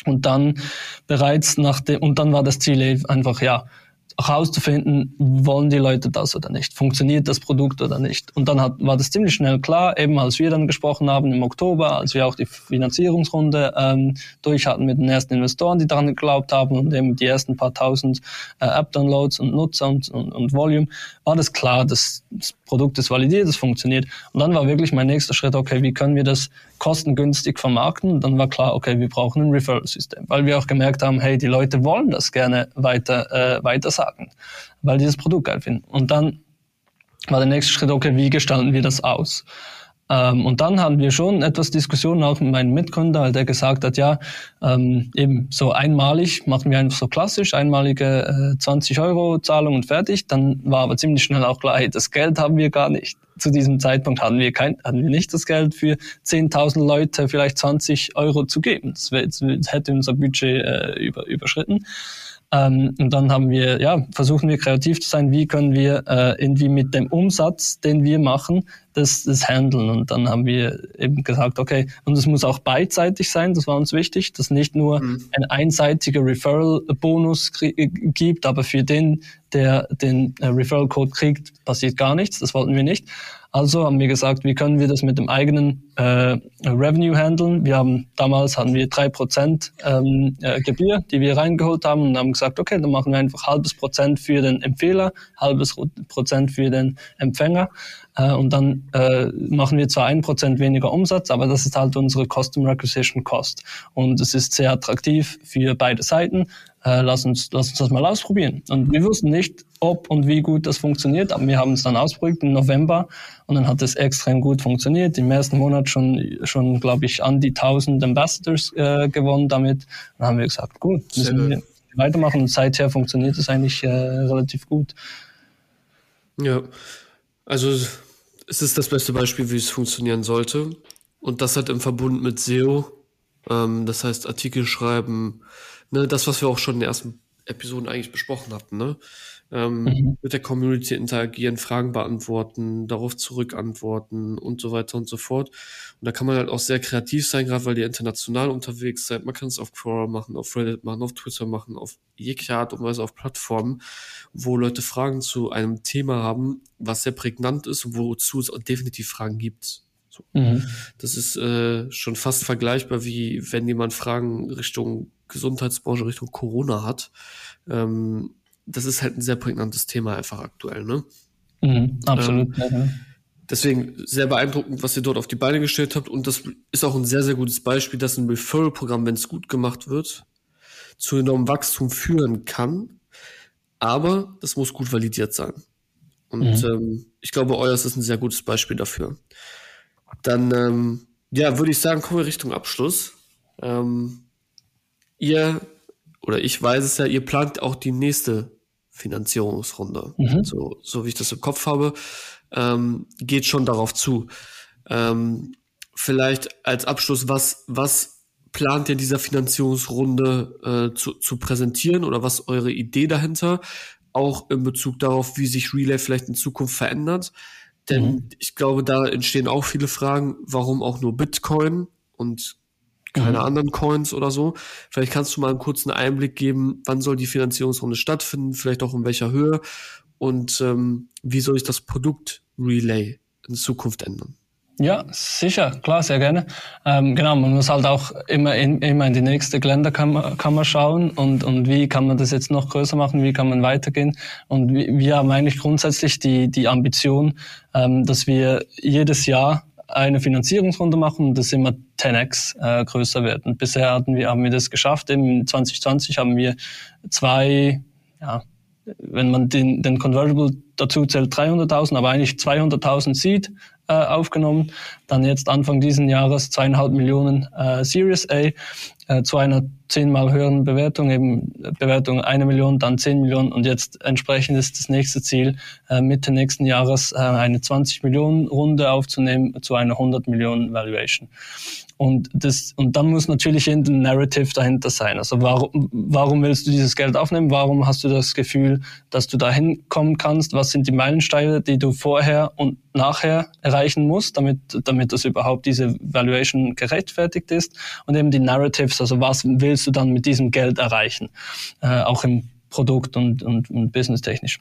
Und dann bereits nach dem, und dann war das Ziel einfach, ja, herauszufinden, wollen die Leute das oder nicht? Funktioniert das Produkt oder nicht? Und dann hat, war das ziemlich schnell klar, eben als wir dann gesprochen haben im Oktober, als wir auch die Finanzierungsrunde ähm, durch hatten mit den ersten Investoren, die daran geglaubt haben und eben die ersten paar tausend äh, App-Downloads und Nutzer und, und, und Volume, war das klar, dass das Produkt ist validiert, das funktioniert. Und dann war wirklich mein nächster Schritt, okay, wie können wir das kostengünstig vermarkten? Und dann war klar, okay, wir brauchen ein Referral-System, weil wir auch gemerkt haben, hey, die Leute wollen das gerne weiter äh, weiter sagen, weil die das Produkt geil finden. Und dann war der nächste Schritt, okay, wie gestalten wir das aus? Ähm, und dann hatten wir schon etwas Diskussionen auch mit meinem Mitgründer, weil der gesagt hat, ja, ähm, eben so einmalig machen wir einfach so klassisch, einmalige äh, zwanzig Euro Zahlung und fertig. Dann war aber ziemlich schnell auch klar, hey, das Geld haben wir gar nicht. Zu diesem Zeitpunkt hatten wir kein, hatten wir nicht das Geld für zehntausend Leute vielleicht zwanzig Euro zu geben. Das, wär, das hätte unser Budget äh, über, überschritten. Ähm, und dann haben wir, ja, versuchen wir kreativ zu sein, wie können wir äh, irgendwie mit dem Umsatz, den wir machen, das, das handeln. Und dann haben wir eben gesagt, okay, und es muss auch beidseitig sein, das war uns wichtig, dass nicht nur mhm. ein einseitiger Referral-Bonus krie- gibt, aber für den, der den äh, Referral-Code kriegt, passiert gar nichts, das wollten wir nicht. Also haben wir gesagt, wie können wir das mit dem eigenen äh, Revenue handeln? Wir haben damals hatten wir drei Prozent ähm, äh, Gebühr, die wir reingeholt haben und haben gesagt, okay, dann machen wir einfach halbes Prozent für den Empfehler, halbes Prozent für den Empfänger äh, und dann äh, machen wir zwar ein Prozent weniger Umsatz, aber das ist halt unsere Customer Acquisition Cost und es ist sehr attraktiv für beide Seiten. Äh, lass uns, lass uns das mal ausprobieren. Und wir wussten nicht, ob und wie gut das funktioniert, aber wir haben es dann ausprobiert im November und dann hat es extrem gut funktioniert. Im ersten Monat schon, schon glaube ich, an die tausend Ambassadors äh, gewonnen damit. Dann haben wir gesagt, gut, müssen wir weitermachen und seither funktioniert es eigentlich äh, relativ gut. Ja, also es ist das beste Beispiel, wie es funktionieren sollte und das halt im Verbund mit S E O, ähm, das heißt Artikel schreiben, ne, das, was wir auch schon in den ersten Episoden eigentlich besprochen hatten, ne? Ähm, mhm. Mit der Community interagieren, Fragen beantworten, darauf zurückantworten und so weiter und so fort. Und da kann man halt auch sehr kreativ sein, gerade weil ihr international unterwegs seid. Man kann es auf Quora machen, auf Reddit machen, auf Twitter machen, auf jegliche Art und Weise auf Plattformen, wo Leute Fragen zu einem Thema haben, was sehr prägnant ist und wozu es auch definitiv Fragen gibt. So. Mhm. Das ist äh, schon fast vergleichbar, wie wenn jemand Fragen Richtung Gesundheitsbranche, Richtung Corona hat. Ähm, das ist halt ein sehr prägnantes Thema einfach aktuell, ne? Mhm, absolut. Ähm, ja. Deswegen sehr beeindruckend, was ihr dort auf die Beine gestellt habt. Und das ist auch ein sehr, sehr gutes Beispiel, dass ein Referral-Programm, wenn es gut gemacht wird, zu enormem Wachstum führen kann. Aber das muss gut validiert sein. Und mhm. ähm, ich glaube, euers ist ein sehr gutes Beispiel dafür. Dann, ähm, ja, würde ich sagen, kommen wir Richtung Abschluss. Ähm, ihr, oder ich weiß es ja, ihr plant auch die nächste Finanzierungsrunde. Mhm. So, so wie ich das im Kopf habe, ähm, geht schon darauf zu. Ähm, vielleicht als Abschluss, was, was plant ihr in dieser Finanzierungsrunde äh, zu, zu präsentieren oder was ist eure Idee dahinter? Auch in Bezug darauf, wie sich Relay vielleicht in Zukunft verändert. Denn mhm. ich glaube, da entstehen auch viele Fragen, warum auch nur Bitcoin und keine mhm. anderen Coins oder so. Vielleicht kannst du mal einen kurzen Einblick geben, wann soll die Finanzierungsrunde stattfinden, vielleicht auch in welcher Höhe und ähm, wie soll sich das Produkt Relay in Zukunft ändern? Ja, sicher, klar, sehr gerne. Ähm, genau, man muss halt auch immer in, immer in die nächste Länderkammer Kammer schauen und, und wie kann man das jetzt noch größer machen, wie kann man weitergehen. Und wir, wir haben eigentlich grundsätzlich die, die Ambition, ähm, dass wir jedes Jahr eine Finanzierungsrunde machen und das immer zehn x äh, größer wird. Und bisher hatten wir, haben wir das geschafft. Im zwanzig zwanzig haben wir zwei, ja, wenn man den, den Convertible dazu zählt, dreihunderttausend, aber eigentlich zweihunderttausend Seed äh, aufgenommen. Dann jetzt Anfang diesen Jahres zweieinhalb Millionen äh, Series A äh, zu einer zehnmal höheren Bewertung, eben Bewertung eine Million, dann zehn Millionen und jetzt entsprechend ist das nächste Ziel, äh, Mitte nächsten Jahres äh, eine zwanzig Millionen Runde aufzunehmen zu einer hundert Millionen Valuation. Und das, und dann muss natürlich ein Narrative dahinter sein. Also warum, warum willst du dieses Geld aufnehmen? Warum hast du das Gefühl, dass du da hinkommen kannst? Was sind die Meilensteine, die du vorher und nachher erreichen musst, damit, damit das überhaupt diese Valuation gerechtfertigt ist? Und eben die Narratives, also was willst du dann mit diesem Geld erreichen? Äh, auch im Produkt und, und, und businesstechnisch.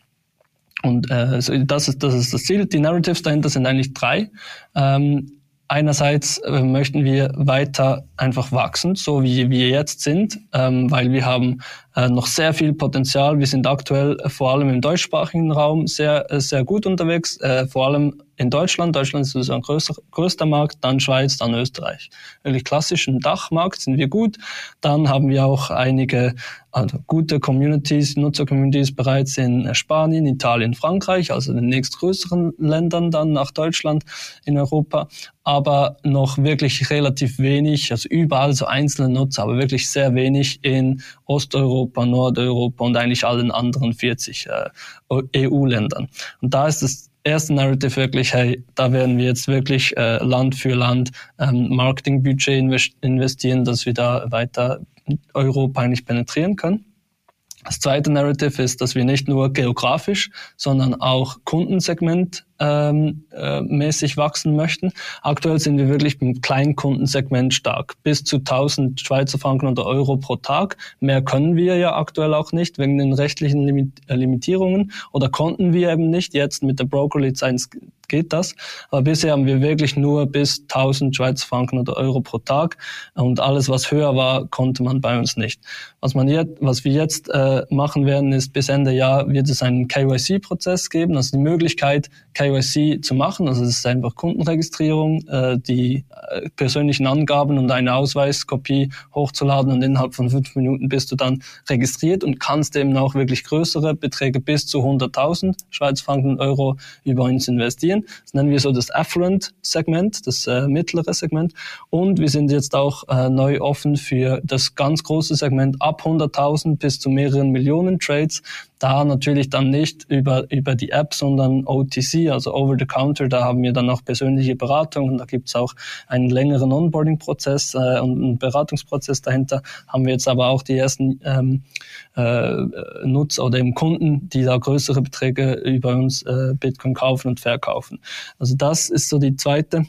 Und äh, so das ist das ist das Ziel. Die Narratives dahinter sind eigentlich drei. Ähm, einerseits äh, möchten wir weiter einfach wachsen, so wie wir jetzt sind, ähm, weil wir haben äh, noch sehr viel Potenzial. Wir sind aktuell äh, vor allem im deutschsprachigen Raum sehr äh, sehr gut unterwegs, äh, vor allem in Deutschland. Deutschland ist so ein größer, größter Markt, dann Schweiz, dann Österreich. Wirklich klassisch im Dachmarkt sind wir gut. Dann haben wir auch einige also gute Communities, Nutzer-Communities bereits in Spanien, Italien, Frankreich, also den nächstgrößeren Ländern dann nach Deutschland in Europa. Aber noch wirklich relativ wenig, also überall so einzelne Nutzer, aber wirklich sehr wenig in Osteuropa, Nordeuropa und eigentlich allen anderen vierzig äh, E U-Ländern. Und da ist das erste Narrative wirklich, hey, da werden wir jetzt wirklich äh, Land für Land ähm, Marketingbudget invest- investieren, dass wir da weiter Europa eigentlich penetrieren können. Das zweite Narrative ist, dass wir nicht nur geografisch, sondern auch Kundensegment ähm, äh, mäßig wachsen möchten. Aktuell sind wir wirklich beim Kleinkundensegment stark. Bis zu tausend Schweizer Franken oder Euro pro Tag. Mehr können wir ja aktuell auch nicht, wegen den rechtlichen Limit- äh, Limitierungen. Oder konnten wir eben nicht. Jetzt mit der Broker-Lizenz geht das. Aber bisher haben wir wirklich nur bis tausend Schweizer Franken oder Euro pro Tag. Und alles, was höher war, konnte man bei uns nicht. Was man jetzt, was wir jetzt äh, machen werden, ist bis Ende Jahr wird es einen K Y C-Prozess geben, also die Möglichkeit, K Y C zu machen. Also es ist einfach Kundenregistrierung, äh, die äh, persönlichen Angaben und eine Ausweiskopie hochzuladen und innerhalb von fünf Minuten bist du dann registriert und kannst eben auch wirklich größere Beträge bis zu hunderttausend Schweizer Franken, Euro über uns investieren. Das nennen wir so das Affluent-Segment, das äh, mittlere Segment. Und wir sind jetzt auch äh, neu offen für das ganz große Segment ab hunderttausend bis zu mehreren Millionen Trades. Da natürlich dann nicht über über die App, sondern O T C, also over the counter. Da haben wir dann auch persönliche Beratung und da gibt's auch einen längeren Onboarding-Prozess äh, und einen Beratungsprozess dahinter. Haben wir jetzt aber auch die ersten ähm, äh, Nutzer oder eben Kunden, die da größere Beträge über uns äh, Bitcoin kaufen und verkaufen. Also das ist so die zweite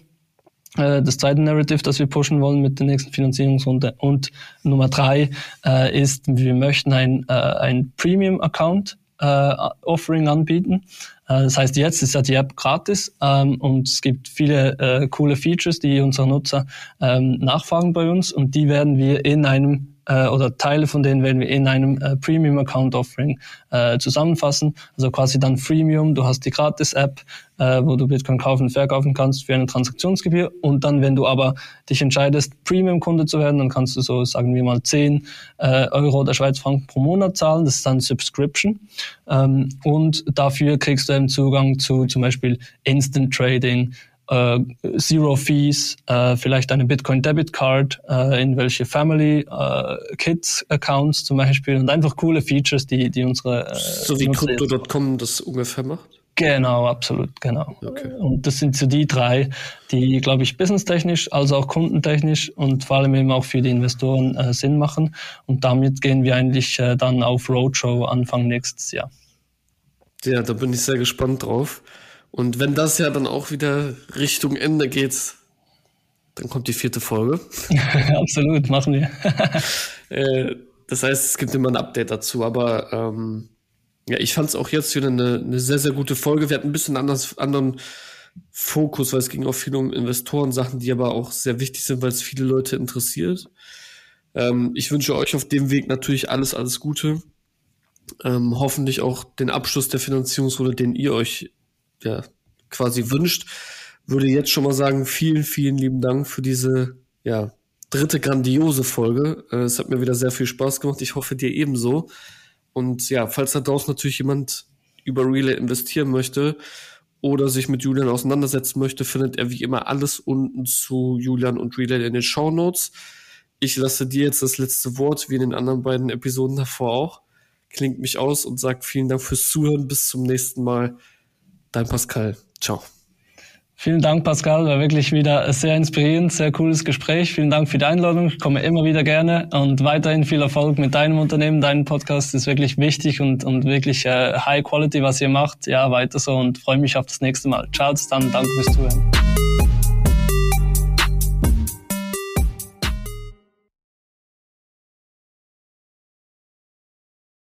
das zweite Narrative, das wir pushen wollen mit der nächsten Finanzierungsrunde. Und Nummer drei äh, ist, wir möchten ein, äh, ein Premium-Account äh, Offering anbieten. Äh, das heißt, jetzt ist ja die App gratis ähm, und es gibt viele äh, coole Features, die unsere Nutzer ähm, nachfragen bei uns und die werden wir in einem äh, oder Teile von denen werden wir in einem äh, Premium-Account-Offering äh, zusammenfassen. Also quasi dann Freemium, du hast die Gratis-App, äh, wo du Bitcoin kaufen und verkaufen kannst für eine Transaktionsgebühr. Und dann, wenn du aber dich entscheidest, Premium-Kunde zu werden, dann kannst du so, sagen wir mal, zehn äh, Euro oder Schweizer Franken pro Monat zahlen. Das ist dann Subscription. Ähm, und dafür kriegst du eben Zugang zu zum Beispiel Instant Trading, Uh, Zero Fees, uh, vielleicht eine Bitcoin Debit Card, uh, in welche Family uh, Kids Accounts zum Beispiel und einfach coole Features, die die unsere uh, so wie Crypto Punkt com das ungefähr macht. Genau, absolut, genau. Okay. Und das sind so die drei, die, glaube ich, businesstechnisch, also auch kundentechnisch und vor allem eben auch für die Investoren uh, Sinn machen. Und damit gehen wir eigentlich uh, dann auf Roadshow Anfang nächstes Jahr. Ja, da bin ich sehr gespannt drauf. Und wenn das ja dann auch wieder Richtung Ende geht, dann kommt die vierte Folge. Absolut, machen wir. äh, das heißt, es gibt immer ein Update dazu. Aber ähm, ja, ich fand es auch jetzt wieder eine, eine sehr, sehr gute Folge. Wir hatten ein bisschen anders, anderen Fokus, weil es ging auch viel um Investoren-Sachen, die aber auch sehr wichtig sind, weil es viele Leute interessiert. Ähm, ich wünsche euch auf dem Weg natürlich alles, alles Gute. Ähm, hoffentlich auch den Abschluss der Finanzierungsrunde, den ihr euch ja, quasi wünscht, würde jetzt schon mal sagen, vielen, vielen lieben Dank für diese ja, dritte grandiose Folge. Äh, es hat mir wieder sehr viel Spaß gemacht. Ich hoffe, dir ebenso. Und ja, falls da draußen natürlich jemand über Relay investieren möchte oder sich mit Julian auseinandersetzen möchte, findet er wie immer alles unten zu Julian und Relay in den Shownotes. Ich lasse dir jetzt das letzte Wort, wie in den anderen beiden Episoden davor auch. Klingt mich aus und sagt vielen Dank fürs Zuhören. Bis zum nächsten Mal. Dein Pascal. Ciao. Vielen Dank, Pascal. War wirklich wieder sehr inspirierend, sehr cooles Gespräch. Vielen Dank für die Einladung. Ich komme immer wieder gerne und weiterhin viel Erfolg mit deinem Unternehmen. Dein Podcast ist wirklich wichtig und, und wirklich äh, High Quality, was ihr macht. Ja, weiter so und freue mich auf das nächste Mal. Ciao, bis dann. Danke fürs Zuhören.